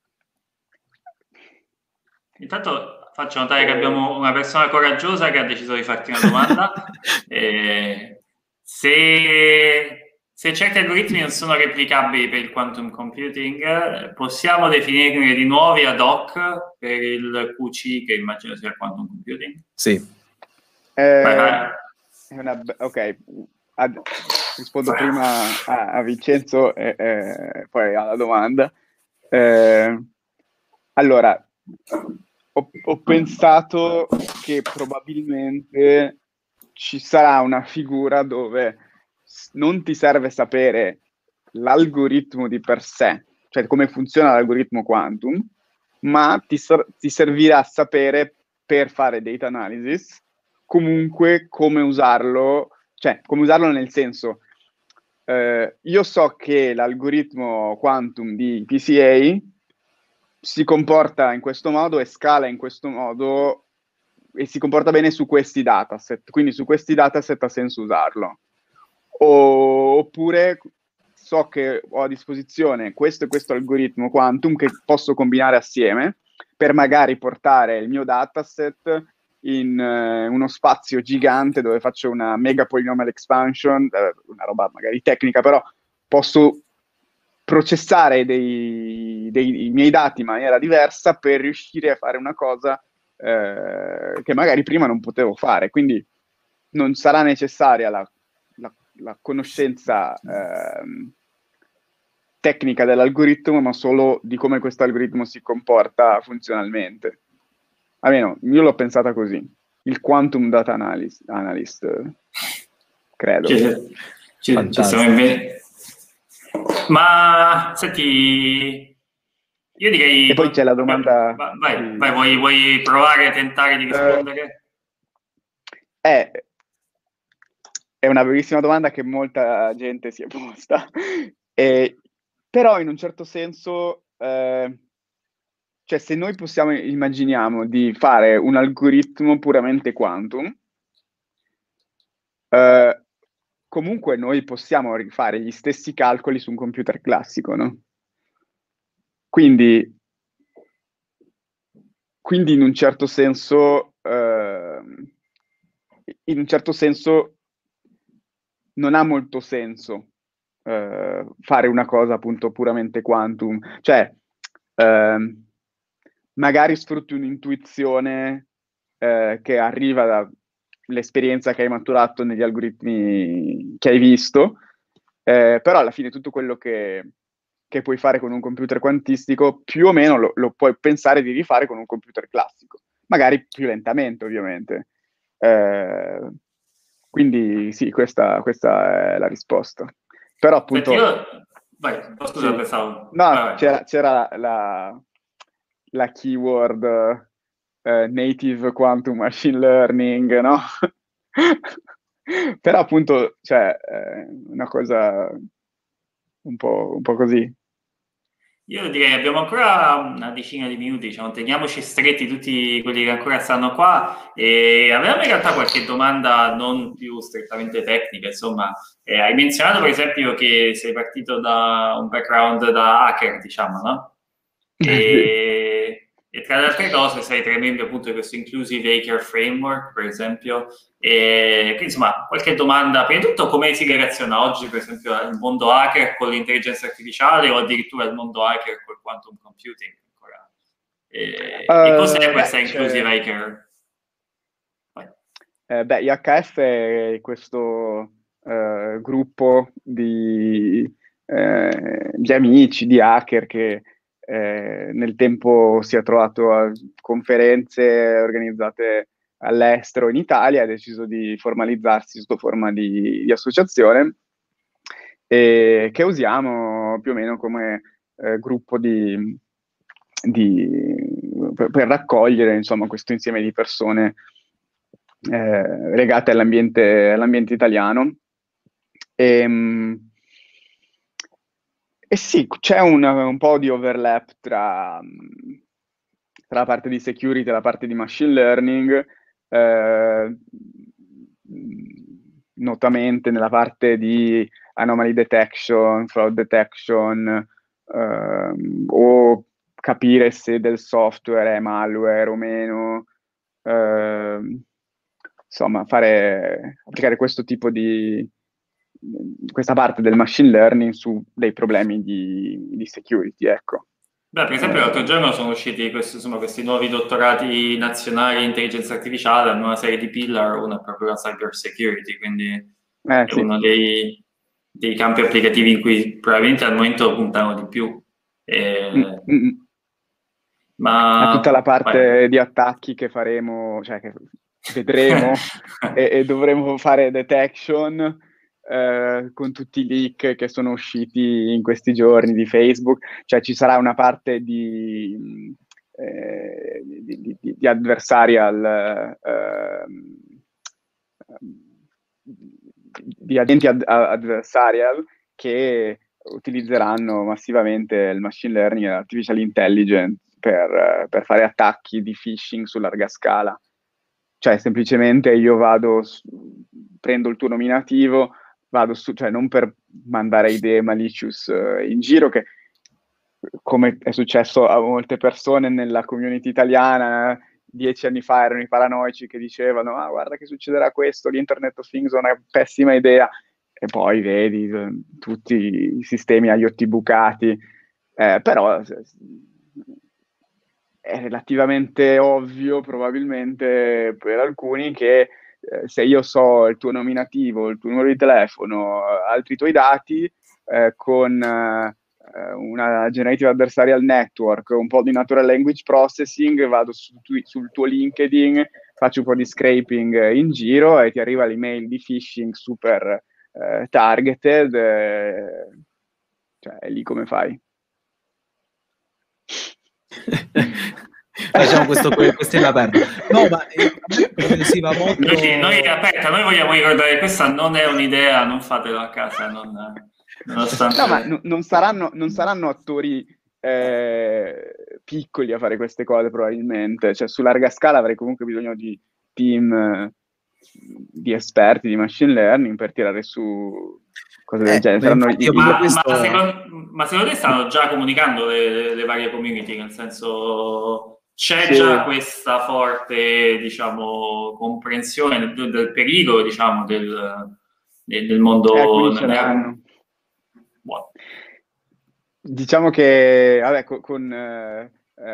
Intanto faccio notare che abbiamo una persona coraggiosa che ha deciso di farti una domanda. eh, se, se certi algoritmi non sono replicabili per il quantum computing, possiamo definirne di nuovi ad hoc per il Q C, che immagino sia il quantum computing? Sì. Eh, vai, vai. È una, ok, Ad, rispondo vai. prima a, a Vincenzo e, e poi alla domanda. Eh, allora, ho, ho pensato che probabilmente ci sarà una figura dove non ti serve sapere l'algoritmo di per sé, cioè come funziona l'algoritmo quantum, ma ti, ti servirà sapere per fare data analysis comunque come usarlo, cioè come usarlo nel senso, eh, io so che l'algoritmo quantum di P C A si comporta in questo modo e scala in questo modo e si comporta bene su questi dataset, quindi su questi dataset ha senso usarlo. O, oppure so che ho a disposizione questo e questo algoritmo quantum che posso combinare assieme per magari portare il mio dataset in uh, uno spazio gigante dove faccio una mega polynomial expansion, eh, una roba magari tecnica, però posso processare dei, dei miei dati in maniera diversa per riuscire a fare una cosa eh, che magari prima non potevo fare. Quindi non sarà necessaria la, la, la conoscenza eh, tecnica dell'algoritmo, ma solo di come questo algoritmo si comporta funzionalmente. Almeno io l'ho pensata così. Il quantum data analyst, analyst credo. Ci, ci, ci siamo in... Ma senti, io direi... E poi c'è la domanda... Vai, vai, di... vai vuoi, vuoi provare a tentare di rispondere? Eh, è una bellissima domanda che molta gente si è posta. E, però in un certo senso, eh, cioè se noi possiamo, immaginiamo di fare un algoritmo puramente quantum, eh, comunque noi possiamo rifare gli stessi calcoli su un computer classico, no? Quindi, quindi in un certo senso, eh, in un certo senso non ha molto senso eh, fare una cosa appunto puramente quantum. Cioè, eh, magari sfrutti un'intuizione eh, che arriva dall'esperienza che hai maturato negli algoritmi che hai visto, eh, però alla fine tutto quello che, che puoi fare con un computer quantistico più o meno lo, lo puoi pensare di rifare con un computer classico, magari più lentamente ovviamente. Eh, quindi sì, questa, questa è la risposta. Però appunto... Io... Vai, scusa, sì. pensavo... No, vai, c'era, c'era la, la keyword eh, native quantum machine learning, no? Però appunto, cioè, è una cosa un po', un po' così. Io direi abbiamo ancora una decina di minuti, diciamo, teniamoci stretti tutti quelli che ancora stanno qua e avevamo in realtà qualche domanda non più strettamente tecnica, insomma, eh, hai menzionato per esempio che sei partito da un background da hacker, diciamo, no? E, e tra le altre cose sei tra i membri appunto di questo Inclusive Hacker Framework, per esempio, e quindi insomma qualche domanda, prima di tutto come si relaziona oggi per esempio il mondo hacker con l'intelligenza artificiale o addirittura il mondo hacker col quantum computing ancora. E, uh, e cos'è questa beh, Inclusive Hacker? Eh, beh, I H F è questo eh, gruppo di, eh, di amici, di hacker che eh, nel tempo si è trovato a conferenze organizzate all'estero in Italia, ha deciso di formalizzarsi sotto forma di, di associazione e che usiamo più o meno come eh, gruppo di, di, per, per raccogliere insomma questo insieme di persone eh, legate all'ambiente, all'ambiente italiano. E, e sì, c'è un, un po' di overlap tra, tra la parte di security e la parte di machine learning, eh, notamente nella parte di anomaly detection, fraud detection, eh, o capire se del software è malware o meno, eh, insomma, fare, applicare questo tipo di, questa parte del machine learning su dei problemi di, di security, ecco. Beh, per esempio l'altro giorno sono usciti questi, insomma, questi nuovi dottorati nazionali in intelligenza artificiale, hanno una serie di pillar, una è proprio la cyber security, quindi eh, è sì. uno dei, dei campi applicativi in cui probabilmente al momento puntano di più. E, Mm-hmm. ma a tutta la parte vai. di attacchi che faremo, cioè che vedremo e, e dovremo fare detection eh, con tutti i leak che sono usciti in questi giorni di Facebook, cioè ci sarà una parte di, eh, di, di, di adversarial eh, di agenti ad, adversarial che utilizzeranno massivamente il machine learning e l'artificial intelligence per, per fare attacchi di phishing su larga scala. Cioè, semplicemente io vado, prendo il tuo nominativo, vado su, cioè non per mandare idee malicious eh, in giro, che come è successo a molte persone nella community italiana, dieci anni fa erano i paranoici che dicevano ah guarda che succederà questo, l'Internet of Things è una pessima idea, e poi vedi tutti i sistemi IoT bucati, eh, però è relativamente ovvio probabilmente per alcuni che eh, se io so il tuo nominativo, il tuo numero di telefono, altri tuoi dati, eh, con eh, una generative adversarial network, un po' di natural language processing, vado su tu, sul tuo LinkedIn, faccio un po' di scraping in giro e ti arriva l'email di phishing super eh, targeted, eh, cioè è lì come fai. Facciamo questo questione aperto. No, ma incuriosiva molto. Noi, noi, aspetta, noi vogliamo ricordare che questa non è un'idea, non fatelo a casa. Non, nonostante... No, ma n- non, saranno, non saranno attori eh, piccoli a fare queste cose, probabilmente. Cioè, su larga scala avrei comunque bisogno di team eh, di esperti di machine learning per tirare su cose del eh, genere. Saranno i, ma, questo... ma, secondo, ma secondo te stanno già comunicando le, le, le varie community? Nel senso, c'è sì. già questa forte, diciamo, comprensione del, del pericolo, diciamo, del, del, del mondo. Eh, alcuni ce l'hanno. Buono. Diciamo che, vabbè, con, con eh,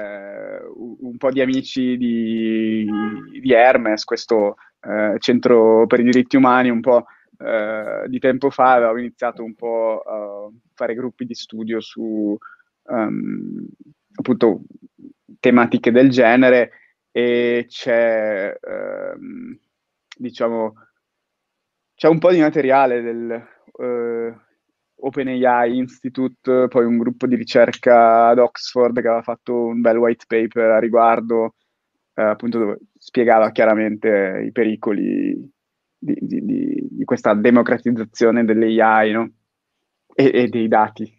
un po' di amici di, di Hermes, questo eh, centro per i diritti umani, un po' eh, di tempo fa avevo iniziato un po' a fare gruppi di studio su um, appunto tematiche del genere, e c'è um, diciamo c'è un po' di materiale del uh, OpenAI Institute, poi un gruppo di ricerca ad Oxford che aveva fatto un bel white paper a riguardo, eh, appunto dove spiegava chiaramente i pericoli di, di, di, di questa democratizzazione dell'A I, no? E, e dei dati.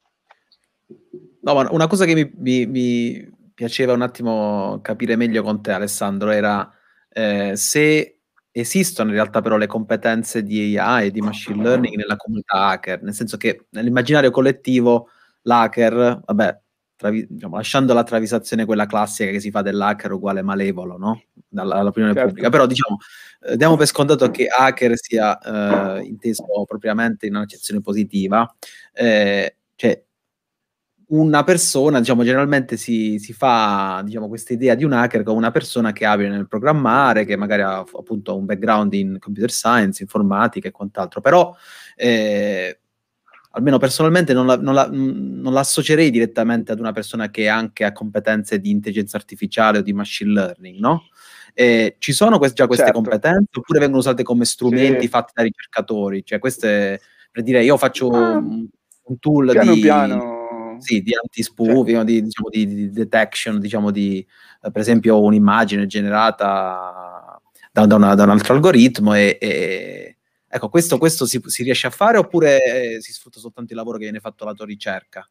No, ma una cosa che mi, mi, mi piaceva un attimo capire meglio con te, Alessandro, era eh, se esistono in realtà però le competenze di A I e di machine learning nella comunità hacker, nel senso che nell'immaginario collettivo l'hacker, vabbè, travi, diciamo, lasciando la travisazione quella classica che si fa dell'hacker uguale malevolo, no? Dalla, dall'opinione certo. pubblica, però diciamo, eh, diamo per scontato che hacker sia eh, inteso propriamente in un'accezione positiva, eh, cioè una persona, diciamo, generalmente si, si fa, diciamo, questa idea di un hacker come una persona che è abile nel programmare, che magari ha appunto un background in computer science, informatica e quant'altro, però eh, almeno personalmente non, la, non, la, non l'associerei direttamente ad una persona che anche ha competenze di intelligenza artificiale o di machine learning, no? Eh, ci sono quest- già queste certo. competenze oppure vengono usate come strumenti sì. fatti da ricercatori? Cioè queste, per dire, io faccio ah, un, un tool piano di... piano. Sì, di anti-spoofing, certo. di, diciamo, di, di detection, diciamo di, eh, per esempio, un'immagine generata da, da, una, da un altro algoritmo e, e ecco, questo, questo si, si riesce a fare oppure eh, si sfrutta soltanto il lavoro che viene fatto alla tua ricerca?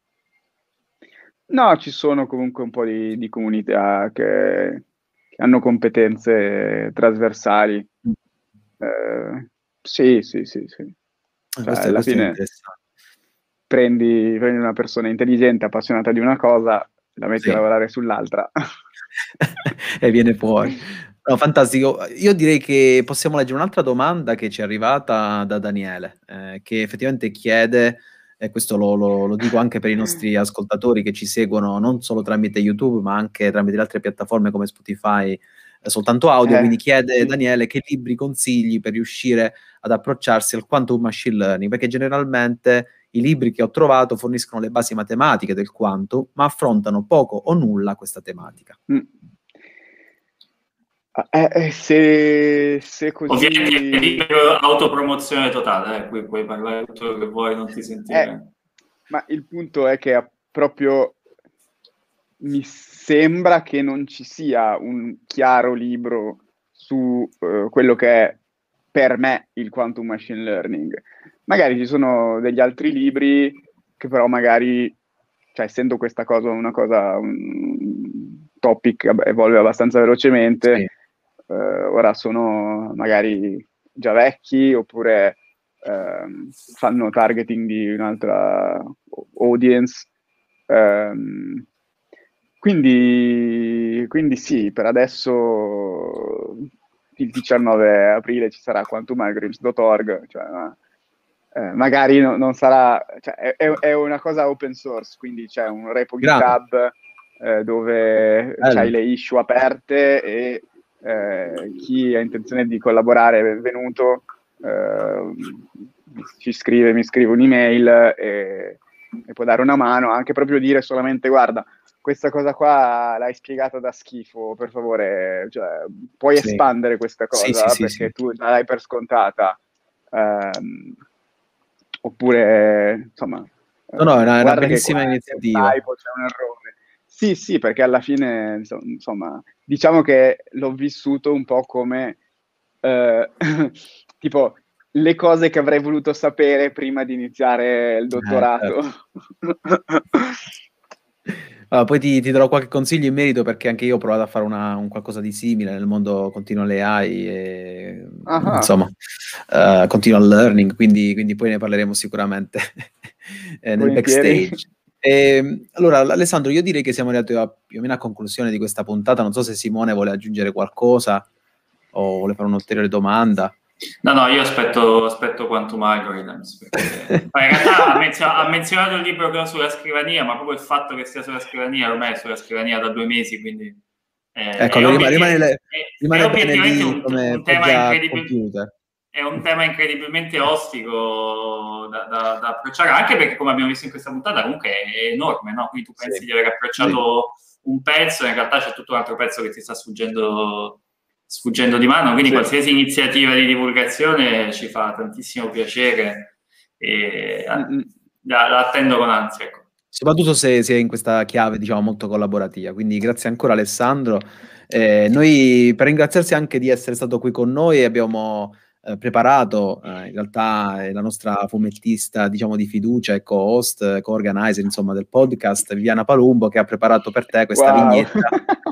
No, ci sono comunque un po' di, di comunità che, che hanno competenze trasversali. Mm. Eh, sì, sì, sì, sì. Cioè, questo, alla questo fine prendi, prendi una persona intelligente, appassionata di una cosa, la metti sì. a lavorare sull'altra. E viene fuori. No, fantastico. Io direi che possiamo leggere un'altra domanda che ci è arrivata da Daniele, eh, che effettivamente chiede, e questo lo, lo- lo dico anche per i nostri ascoltatori che ci seguono non solo tramite YouTube, ma anche tramite le altre piattaforme come Spotify, eh, soltanto audio, quindi Eh, chiede sì. Daniele che libri consigli per riuscire ad approcciarsi al quantum machine learning, perché generalmente i libri che ho trovato forniscono le basi matematiche del quantum, ma affrontano poco o nulla questa tematica. Mm. Eh, eh, se, se Ovviamente è così... libero autopromozione totale, eh, qui puoi parlare tutto quello che vuoi, non ti Eh, sentire. ma il punto è che proprio mi sembra che non ci sia un chiaro libro su eh, quello che è per me il quantum machine learning. Magari ci sono degli altri libri che però magari, cioè essendo questa cosa una cosa, un topic evolve abbastanza velocemente, Sì. eh, ora sono magari già vecchi oppure ehm, fanno targeting di un'altra audience. Ehm, quindi, quindi sì, per adesso il diciannove aprile ci sarà quantum algorithms punto org, cioè, eh, magari no, non sarà, cioè, è, è una cosa open source, quindi c'è un repo Grande. GitHub eh, dove Bello. c'hai le issue aperte e eh, chi ha intenzione di collaborare è benvenuto, eh, ci scrive, mi scrive un'email e, e può dare una mano, anche proprio dire solamente guarda, questa cosa qua l'hai spiegata da schifo, per favore, cioè, puoi Sì. espandere questa Sì, cosa sì, sì, perché sì. tu la dai per scontata. Ehm, oppure, insomma, No, no, è una, è una guarda che bellissima qua c'è un iniziativa. typo, c'è un errore. Sì, sì, perché alla fine, insomma, diciamo che l'ho vissuto un po' come, eh, tipo, le cose che avrei voluto sapere prima di iniziare il Eh, dottorato. certo. Allora, poi ti, ti darò qualche consiglio in merito perché anche io ho provato a fare una, un qualcosa di simile nel mondo continual A I e Ah, insomma uh, continual learning, quindi, quindi poi ne parleremo sicuramente eh, nel volentieri. backstage. E, allora, Alessandro, io direi che siamo arrivati a, più o meno a conclusione di questa puntata. Non so se Simone vuole aggiungere qualcosa o vuole fare un'ulteriore domanda. No, no, io aspetto, aspetto Quantum Algorithms, perché ma in realtà ha, menzio- ha menzionato il libro che ho sulla scrivania, ma proprio il fatto che sia sulla scrivania, ormai è sulla scrivania da due mesi, quindi eh, Ecco, è, rimane, obiettiv- rimane, le- è- è rimane bene obiettivamente lì un, come un tema poggia incredibil- computer. è un tema incredibilmente ostico da, da- da approcciare, anche perché come abbiamo visto in questa puntata comunque è enorme, no? Quindi tu pensi Sì. di aver approcciato un pezzo e in realtà c'è tutto un altro pezzo che ti sta sfuggendo sfuggendo di mano, quindi Sì. qualsiasi iniziativa di divulgazione ci fa tantissimo piacere e Mm-mm. la, la attendo con ansia. Ecco. Soprattutto se, se è in questa chiave, diciamo, molto collaborativa. Quindi grazie ancora Alessandro. Eh, noi per ringraziarsi anche di essere stato qui con noi abbiamo eh, preparato, eh, in realtà è la nostra fumettista, diciamo, di fiducia e co-host, co-organizer, insomma, del podcast, Viviana Palumbo, che ha preparato per te questa Wow. vignetta.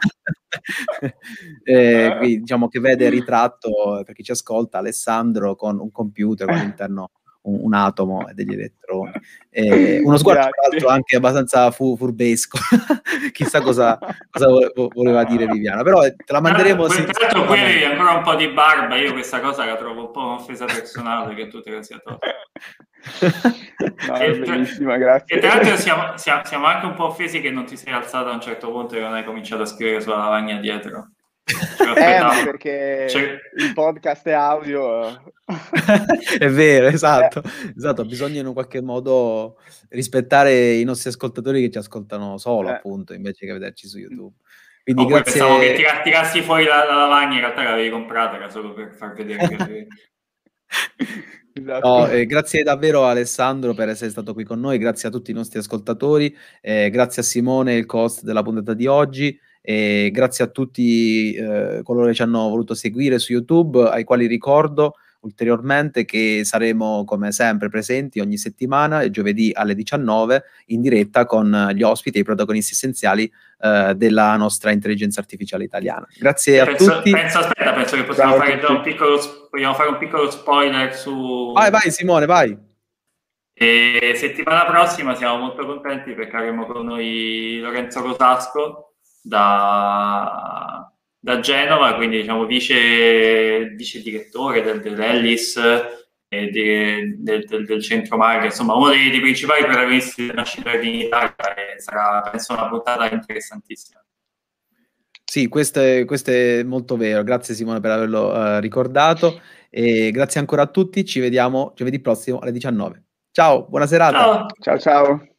eh, qui, diciamo che vede ritratto, per chi ci ascolta, Alessandro con un computer con all'interno un, un atomo e degli elettroni. Eh, uno sguardo tra l'altro anche abbastanza fu- furbesco. Chissà cosa, cosa vo- voleva dire Viviana, però te la manderemo Tra sì, l'altro qui avevi sicuramente. ancora un po' di barba, io questa cosa la trovo un po' un'offesa personale che tu te la sia tolta. No, e, bellissima, grazie. E tra l'altro siamo, siamo, siamo anche un po' offesi che non ti sei alzato a un certo punto e non hai cominciato a scrivere sulla lavagna dietro. Eh, ma perché C'è... il podcast è audio. È vero, esatto, esatto, bisogna in un qualche modo rispettare i nostri ascoltatori che ci ascoltano solo, Eh. appunto, invece che vederci su YouTube. Quindi Oh, poi pensavo che grazie. tirassi fuori la, la lavagna, in realtà l'avevi comprata, era solo per far vedere che avevi... Esatto. No, eh, grazie davvero Alessandro per essere stato qui con noi, grazie a tutti i nostri ascoltatori, eh, grazie a Simone, il host della puntata di oggi, e grazie a tutti eh, coloro che ci hanno voluto seguire su YouTube, ai quali ricordo ulteriormente che saremo come sempre presenti ogni settimana, il giovedì alle diciannove, in diretta con gli ospiti e i protagonisti essenziali eh, della nostra intelligenza artificiale italiana. Grazie E a penso, tutti. penso, aspetta, penso che possiamo Ciao a fare già tutti. un piccolo, vogliamo fare un piccolo spoiler su... Vai, vai Simone, vai. E settimana prossima siamo molto contenti perché avremo con noi Lorenzo Cosasco da, da Genova, quindi diciamo vice, vice direttore del, dell'Ellis e de, del, del, del Centro Marche, insomma uno dei, dei principali protagonisti del machine learning in Italia, e sarà penso una puntata interessantissima. Sì, questo è, questo è molto vero, grazie Simone per averlo uh, ricordato e grazie ancora a tutti, ci vediamo giovedì prossimo alle diciannove. Ciao, buona serata. Ciao, ciao. ciao.